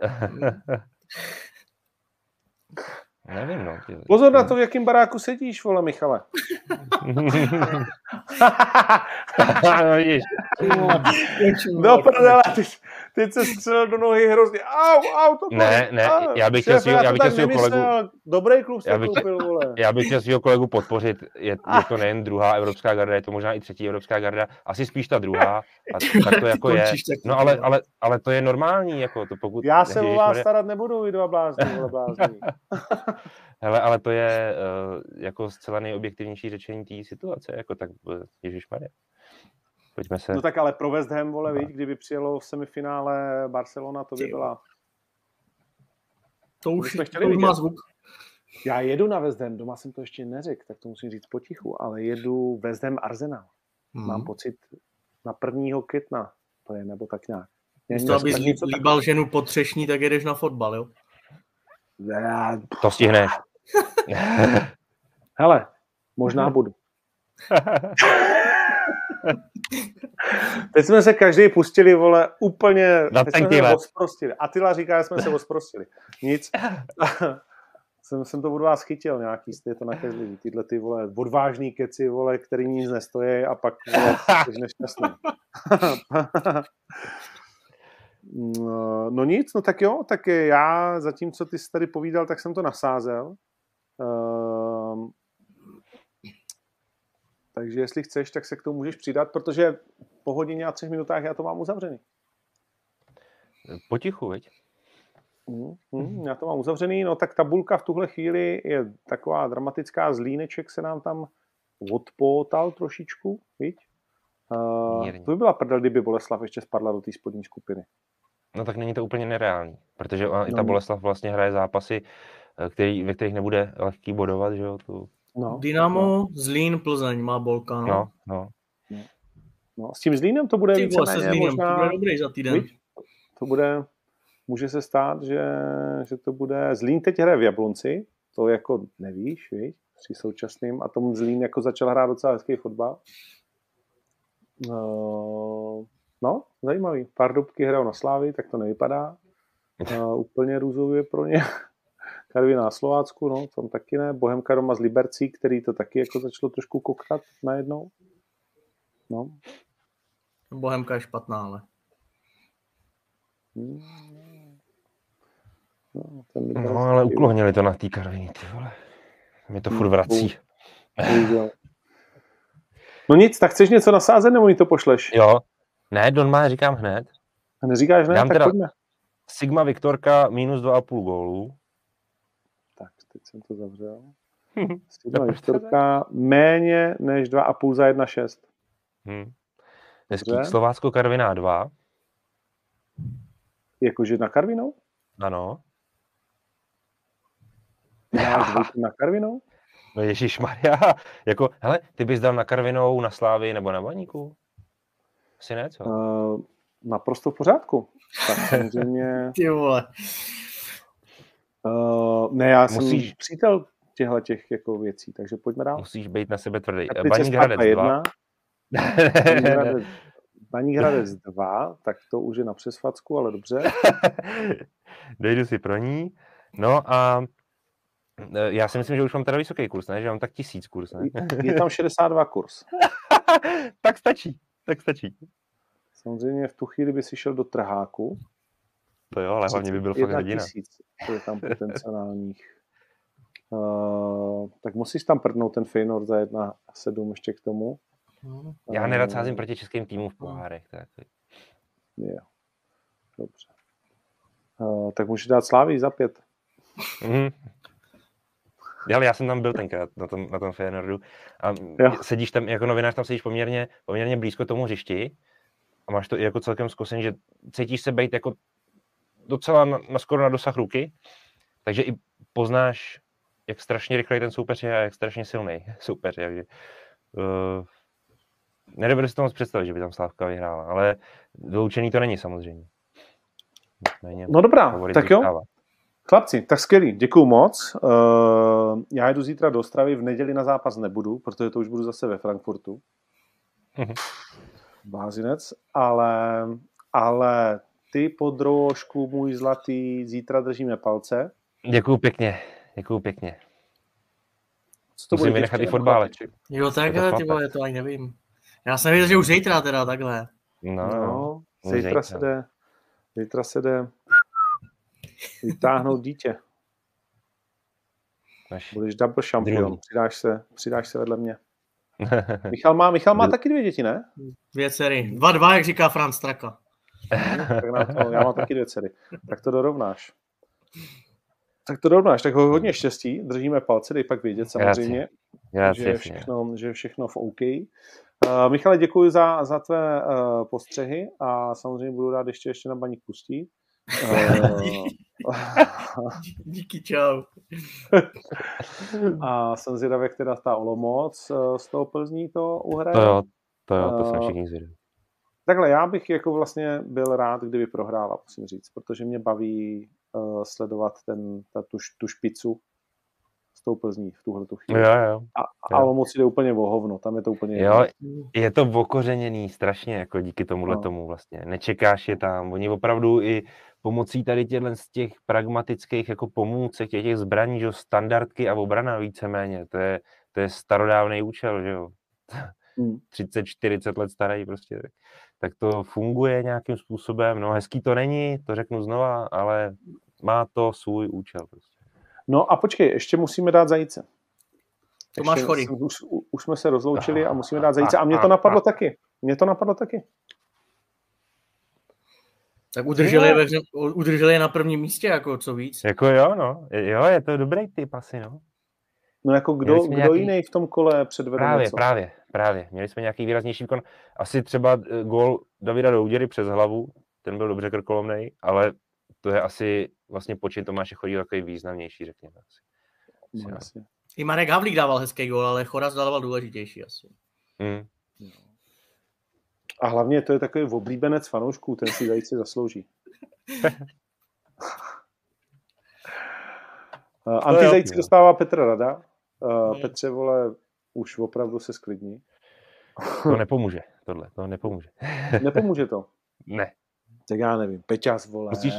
Speaker 3: Nevím, no.
Speaker 1: Pozor na to, v jakém baráku sedíš, vole, Michale. No, prdele, teď se střelil do nohy hrozně. Au, to
Speaker 3: ne, já bych chtěl svýho kolegu...
Speaker 1: Dobrý klub jste koupil, vole.
Speaker 3: Já bych chtěl svýho kolegu podpořit. Je to nejen druhá evropská garda, je to možná i třetí evropská garda. Asi spíš ta druhá. A tak to jako je. No, ale to je normální, jako to pokud...
Speaker 1: Já se o vás starat nebudu, vy dva blázni, vole, blázni.
Speaker 3: Hele, ale to je jako zcela nejobjektivnější řečení té situace, jako tak ježišmarja. Pojďme se...
Speaker 1: No tak ale pro West Ham, vole, víš, kdyby přijelo v semifinále Barcelona, to by byla...
Speaker 2: To už má zvuk.
Speaker 1: Já jedu na West Ham, doma jsem to ještě neřekl, tak to musím říct potichu, ale jedu West Ham Arsenal. Mám pocit na 1. května, to je, nebo tak nějak.
Speaker 2: Místo, abys líbal ženu pod třešní, tak jedeš na fotbal, jo?
Speaker 3: To stihneš.
Speaker 1: Hele, možná budu. Teď jsme se každý pustili, vole, úplně... Teď jsme se osprostili. Attila říká, že jsme se osprostili. Nic. jsem to od vás chytil nějaký, je to nakažlivý. Tyhle ty, vole, odvážný keci, vole, který nic nestojí a pak, vole, jsi nešťastný. No nic, no tak jo, tak já zatím, co ty jsi tady povídal, tak jsem to nasázel. Takže jestli chceš, tak se k tomu můžeš přidat, protože po hodině a 3 minutách já to mám uzavřený.
Speaker 3: Potichu, veď?
Speaker 1: Já to mám uzavřený, no tak tabulka v tuhle chvíli je taková dramatická, Zlíneček se nám tam odpoutal trošičku, viď? To by byla prdel, kdyby Boleslav ještě spadla do té spodní skupiny.
Speaker 3: No tak není to úplně nereálný, protože i ta Boleslav vlastně hraje zápasy, ve kterých nebude lehký bodovat, že jo?
Speaker 2: Dynamo, Zlín, Plzeň má bolka, no.
Speaker 1: No, s tím Zlínem to bude víceméně možná...
Speaker 2: To bude dobrý za týden.
Speaker 1: To bude, může se stát, že to bude... Zlín teď hraje v Jablonci, to jako nevíš, víš, při současným, a tomu Zlín jako začal hrát docela hezký fotbal. No, zajímavý. Pardubky hrajou na Slávii, tak to nevypadá. Úplně růzově pro ně. Karviná na Slovácku, no, tam taky ne. Bohemka doma z Libercí, který to taky jako začalo trošku koktat najednou. No.
Speaker 2: Bohemka je špatná, ale.
Speaker 3: No, ale uklohnili to na té Karviní, ty vole. Mě to furt vrací.
Speaker 1: No nic, tak chceš něco nasázet, nebo mi to pošleš?
Speaker 3: Jo. Ne, Don má, říkám hned.
Speaker 1: A neříkáš ne?
Speaker 3: Dám
Speaker 1: Tak
Speaker 3: teda
Speaker 1: pojďme.
Speaker 3: Sigma Viktorka minus 2,5 gólů.
Speaker 1: Tak, teď jsem to zavřel. Sigma Viktorka méně než 2,5 za 1,6.
Speaker 3: Hezký.
Speaker 1: Dobře.
Speaker 3: Slovácko Karviná 2.
Speaker 1: Jakože na Karvinou?
Speaker 3: Ano.
Speaker 1: Dáš dvojku na Karvinou?
Speaker 3: No ježišmarja. Jako, hele, ty bys dal na Karvinou, na Slávii nebo na Baníku? Asi ne, co?
Speaker 1: Naprosto v pořádku. Tak samozřejmě...
Speaker 2: Ty vole.
Speaker 1: Ne, já jsem přítel těch jako věcí, takže pojďme dál.
Speaker 3: Musíš být na sebe tvrdý.
Speaker 1: Baník Hradec 2. Baník Hradec 2, tak to už je na přesvacku, ale dobře.
Speaker 3: Dojdu si pro ní. No a já si myslím, že už mám teda vysoký kurz, ne? Že mám tak 1000 kurz, ne?
Speaker 1: Je tam 62 kurz.
Speaker 3: Tak stačí.
Speaker 1: Samozřejmě v tu chvíli by si šel do trháku.
Speaker 3: To jo, ale hlavně by byl fakt hrdina.
Speaker 1: 1000 je tam potenciálních. Tak musíš tam prdnout ten Feyenoord za 1,7 ještě k tomu.
Speaker 3: Já nerad sázím proti českým týmům v pohárech. Tak.
Speaker 1: Jo. Dobře. Tak můžeš dát Slávii za 5.
Speaker 3: Ale já jsem tam byl tenkrát na tom Feyenoordu a sedíš tam, jako novinář tam sedíš poměrně blízko tomu hřišti a máš to i jako celkem zkušený, že cítíš se být jako docela skoro na dosah ruky, takže i poznáš, jak strašně rychlej ten soupeř je a jak strašně silný soupeř je. Takže, nedovedu si to moc představit, že by tam Slávka vyhrála, ale vyloučený to není samozřejmě.
Speaker 1: No dobrá, tak jo. Chlapci, tak skvělý, děkuju moc. Já jedu zítra do Ostravy, v neděli na zápas nebudu, protože to už budu zase ve Frankfurtu. Blázinec, ale ty podrožku, můj zlatý, zítra držíme palce.
Speaker 3: Děkuju pěkně.
Speaker 1: Co to
Speaker 3: musím vynechat i fotbáleček.
Speaker 2: Jo, takhle, ty vole, to ani nevím. Já jsem věděl, že už zítra teda takhle.
Speaker 1: No, zítra se jde vytáhnout dítě. Budeš double šampion, přidáš se vedle mě. Michal má taky 2 děti, ne?
Speaker 2: 2 dcery. 2, jak říká Franz Straka.
Speaker 1: Já mám taky 2 dcery. Tak to dorovnáš. Tak hodně štěstí, držíme palce, dej pak vědět samozřejmě, že je všechno v OK. Michale, děkuji za tvé postřehy a samozřejmě budu rád ještě na Baník pustí.
Speaker 2: Díky, čau.
Speaker 1: A jsem zvědavý, jak teda ta Olomouc z toho Plzní to uhraje.
Speaker 3: To jsme všichni zvědaví.
Speaker 1: Takhle, já bych jako vlastně byl rád, kdyby prohrála, musím říct, protože mě baví sledovat tu špicu s tou Plzní v tuhletu chvíli.
Speaker 3: Jo.
Speaker 1: A Olomouc jde úplně o hovno, tam je to úplně...
Speaker 3: Jo, je to okořeněný strašně, jako díky tomu vlastně. Nečekáš je tam, oni opravdu i pomocí tady z těch pragmatických jako pomůcek, těch zbraní, že standardky a obrana víceméně, to je starodávný účel, že jo. 30-40 let starý prostě. Tak to funguje nějakým způsobem, no hezký to není, to řeknu znova, ale má to svůj účel prostě.
Speaker 1: No a počkej, ještě musíme dát zajíce.
Speaker 2: Tomáš Chorý.
Speaker 1: Už jsme se rozloučili a musíme dát zajíce. A mě to napadlo taky.
Speaker 2: Tak udrželi je na prvním místě, jako co víc.
Speaker 3: Jako jo, no. Jo, je to dobrý tip asi, no.
Speaker 1: No jako kdo jiný v tom kole předvedl něco?
Speaker 3: Právě. Měli jsme nějaký výraznější výkon. Asi třeba gól Davida Douděry přes hlavu, ten byl dobře krkolomnej, ale to je asi vlastně počin Tomáše Chorýho takový významnější, řekněme.
Speaker 1: Asi.
Speaker 2: I Marek Havlík dával hezký gól, ale Choraz dával důležitější asi.
Speaker 1: A hlavně to je takový oblíbenec fanoušků, ten si zajíci zaslouží. Antizajíci dostává Petr Rada. Petře, vole, už opravdu se sklidní.
Speaker 3: To nepomůže, tohle, to nepomůže.
Speaker 1: Nepomůže to?
Speaker 3: Ne.
Speaker 1: Tak já nevím, Peťas, vole.
Speaker 3: Musíš...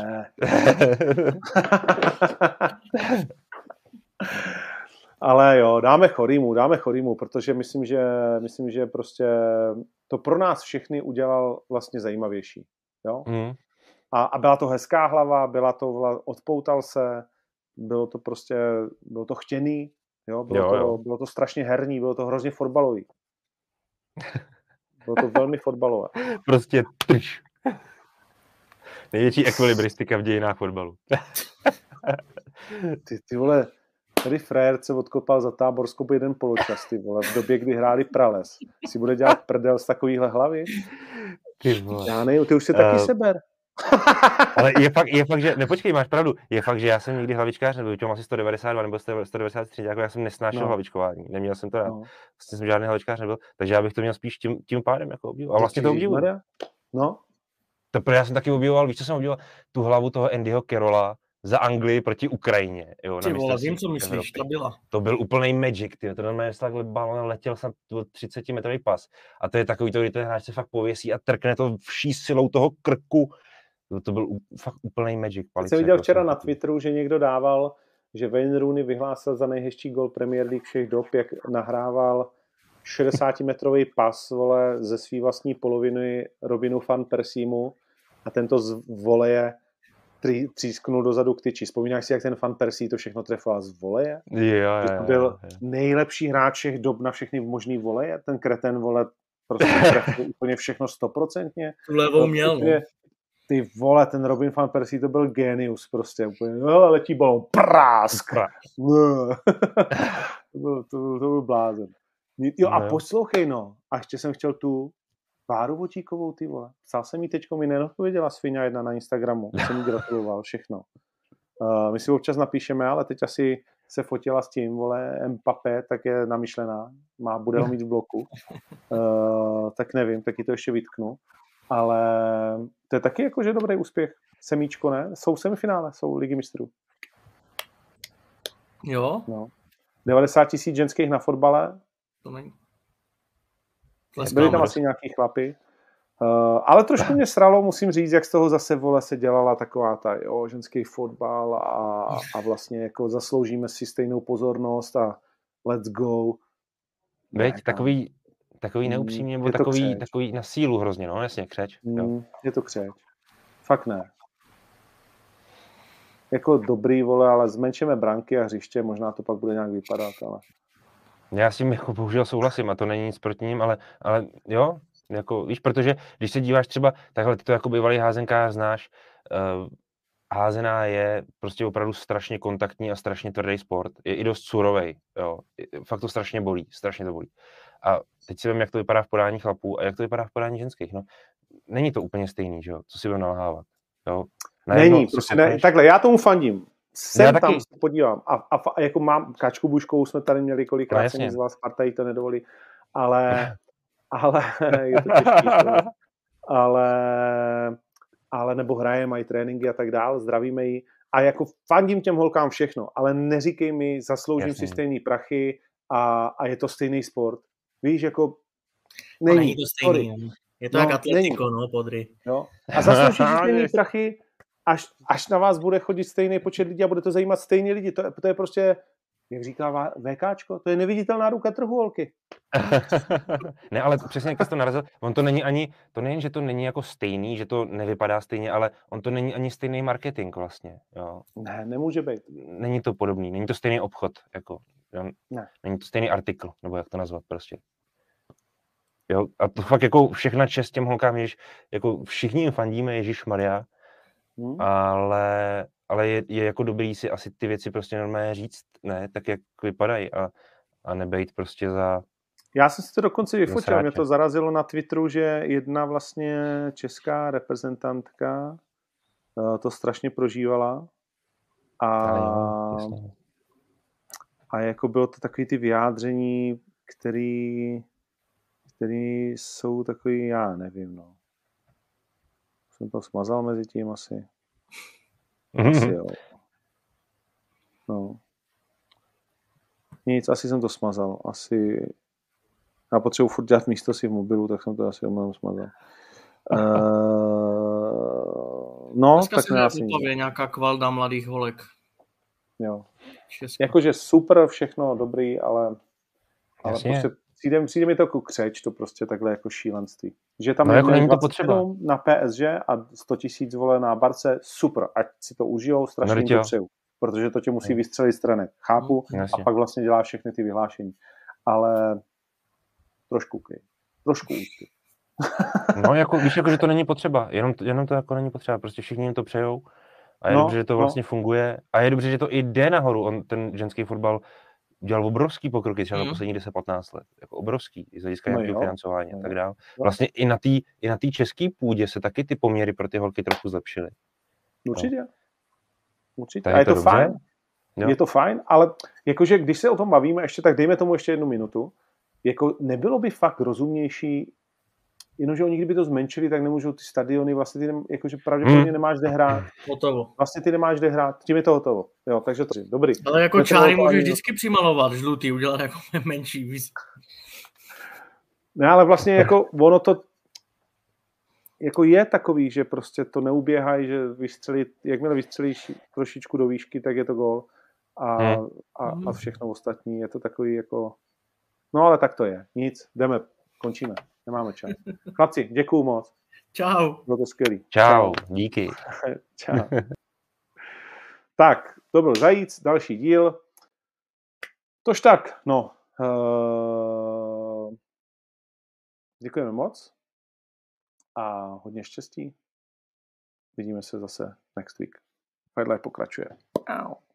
Speaker 1: Ale jo, dáme Chorýmu, protože myslím, že prostě to pro nás všechny udělal vlastně zajímavější. Jo? A byla to hezká hlava, odpoutal se, bylo to chtěný, jo? Bylo to strašně herní, bylo to hrozně fotbalový. Bylo to velmi fotbalové.
Speaker 3: Prostě tyš. Největší ekvilibristika v dějinách fotbalu.
Speaker 1: Ty vole, tady frajer se odkopal za Táborskop jeden poločas, ty vole, v době, kdy hráli Prales. Si bude dělat prdel z takovýhle hlavy?
Speaker 3: Ty vole.
Speaker 1: Já nevím, ty už se taky seber.
Speaker 3: Ale je fakt, že, nepočkej, máš pravdu, je fakt, že já jsem nikdy hlavičkář nebyl, mám asi 192 nebo 193, jako já jsem nesnášel hlavičkování, neměl jsem to rád, vlastně jsem žádný hlavičkář nebyl, takže já bych to měl spíš tím pádem jako obdivoval. A vlastně to obdivuju.
Speaker 1: No.
Speaker 3: Já jsem taky obdivoval, víš, co jsem obdivoval? Tu hlavu toho Andyho Carrolla za Anglii proti Ukrajině. Jo,
Speaker 2: ty vole, vím, co myslíš, to byla.
Speaker 3: To byl úplný magic, ty. To normálně takhle balon letěl jsem 30-metrový pas. A to je takový to, kdy ten hráč se fakt pověsí a trkne to vší silou toho krku. To byl fakt úplný magic.
Speaker 1: Jsem viděl včera na Twitteru, že někdo dával, že Wayne Rooney vyhlásil za nejhezčí gol Premier League všech dob, jak nahrával 60-metrový pas, vole, ze svý vlastní poloviny Robinu van Persiemu a tento z voleje třísknul dozadu k tyči. Vzpomínáš si, jak ten Van Persie to všechno trefoval z voleje?
Speaker 3: Jo.
Speaker 1: To byl nejlepší hráč všech dob na všechny možný voleje. Ten kreten, vole, prostě trefil úplně všechno 100%.
Speaker 2: Tu levou měl, no.
Speaker 1: Ty vole, ten Robin van Persie, to byl genius prostě. Úplně, letí balón, prásk. to byl blázen. Jo, a poslouchej, no. A ještě jsem chtěl tu Báru Votíkovou, ty vole. Psal jsem jí teďko, mi neodpověděla Sviňa jedna na Instagramu. Jsem jí gratuloval, všechno. My si občas napíšeme, ale teď asi se fotila s tím, vole, Mbappé, tak je namyšlená. Bude ho mít v bloku. Tak nevím, taky to ještě vytknu. Ale to je taky jakože dobrý úspěch. Semíčko, ne? Jsou semifinále, jsou Ligy mistrů.
Speaker 2: Jo?
Speaker 1: No. 90 000 ženských na fotbale.
Speaker 2: To není.
Speaker 1: Byli tam asi nějaký chlapi. Ale trošku mě sralo, musím říct, jak z toho zase, vole, se dělala taková ta, ženský fotbal a vlastně jako zasloužíme si stejnou pozornost a let's go.
Speaker 3: Veď, takový neupřímně, nebo takový na sílu hrozně, no, jasně, křeč.
Speaker 1: Je to křeč. Fakt ne. Jako dobrý, vole, ale zmenšíme branky a hřiště, možná to pak bude nějak vypadat, ale...
Speaker 3: Já s tím jako bohužel souhlasím a to není nic proti ním, ale jo, jako, víš, protože když se díváš třeba, takhle ty to jako bývalý házenkář znáš, házená je prostě opravdu strašně kontaktní a strašně tvrdý sport, je i dost surovej, jo, fakt to strašně bolí, strašně to bolí. A teď si vím, jak to vypadá v podání chlapů a jak to vypadá v podání ženských, no. Není to úplně stejný, že jo, co si budeme nalhávat, jo.
Speaker 1: Není, prostě ne, takhle, já tomu fandím. Jsem tam se podívám a jako mám Kačku Buškovou, jsme tady měli kolikrát, jsem z vás Sparta jí to nedovolí, ale je to těžký, ale nebo hraje, mají tréninky a tak dál, zdravíme ji a jako fandím těm holkám všechno, ale neříkej mi, zasloužím si stejný prachy a je to stejný sport. Víš, jako
Speaker 2: není to stejný, je to jak atletiko, no, podry.
Speaker 1: Jo? A zasloužíš si stejný prachy, až na vás bude chodit stejný počet lidí a bude to zajímat stejný lidi. To je prostě, jak říká VKčko, to je neviditelná ruka trhu, holky.
Speaker 3: Ne, ale přesně jak jsi to narazil, on to není ani, to nejen, že to není jako stejný, že to nevypadá stejně, ale on to není ani stejný marketing vlastně. Jo.
Speaker 1: Ne, nemůže být.
Speaker 3: Není to podobný, není to stejný obchod, jako, jo.
Speaker 1: Ne.
Speaker 3: Není to stejný artikl, nebo jak to nazvat prostě. Jo, a to fakt jako všechna čest těm holkám, jako všichni jim fandíme, Ježišmarja, ale je jako dobrý si asi ty věci prostě normálně říct, ne, tak jak vypadají a nebejt prostě za...
Speaker 1: Já jsem si to dokonce vyfotil, mě to zarazilo na Twitteru, že jedna vlastně česká reprezentantka to strašně prožívala a jako bylo to takový ty vyjádření, který jsou takový, já nevím, no. Jsem to smazal mezi tím asi. Asi jo. No. Nic, asi jsem to smazal. Asi... Já potřebuji furt dělat místo si v mobilu, tak jsem to asi omylem smazal. No,
Speaker 2: dneska
Speaker 1: tak
Speaker 2: si
Speaker 1: asi
Speaker 2: nějaká kvalda mladých holek.
Speaker 1: Jo. Jakože super, všechno dobrý, ale prostě přijde mi to jako křeč, to prostě takhle jako šílenství. Že tam
Speaker 3: jako není to potřeba.
Speaker 1: Na PSG a 100 000 vole na Barce, super, ať si to užijou, strašně to přeju. Protože to tě musí vystřelit stranek. Chápu a pak vlastně dělá všechny ty vyhlášení. Ale trošku úcty.
Speaker 3: No, jako, víš, jako, že to není potřeba, jenom to jako není potřeba, prostě všichni jim to přejou a je dobře, že to vlastně funguje a je dobře, že to i jde nahoru, ten ženský fotbal udělal obrovský pokroky třeba za poslední 10-15 let, jako obrovský, i z hlediska nějakého financování a tak dále. Vlastně i na té české půdě se taky ty poměry pro ty holky trochu zlepšily.
Speaker 1: Určitě.
Speaker 3: A je to
Speaker 1: fajn. Jo. Je to fajn, ale jakože když se o tom bavíme ještě, tak dejme tomu ještě 1 minutu. Jako nebylo by fakt rozumnější, jenomže oni kdyby to zmenšili, tak nemůžou ty stadiony, vlastně ty jakože pravděpodobně nemáš kde hrát.
Speaker 2: Hotovo.
Speaker 1: Vlastně ty nemáš kde hrát, tím je to hotovo. Jo, takže to dobrý.
Speaker 2: Ale jako čáry můžeš vždycky přimalovat, žlutý, udělat jako menší víc.
Speaker 1: Ne, ale vlastně jako ono to jako je takový, že prostě to neuběhají, že jakmile vystřelíš trošičku do výšky, tak je to gól. A všechno ostatní je to takový jako... No ale tak to je. Nic, jdeme, končíme. Nemáme čas. Chlapci, děkuju moc.
Speaker 2: Čau.
Speaker 1: Bylo to skvělý.
Speaker 3: Čau, díky.
Speaker 1: Čau. Tak, to byl Zajíc, další díl. Tož tak, no. Děkujeme moc a hodně štěstí. Vidíme se zase next week. Fight Life pokračuje. Au.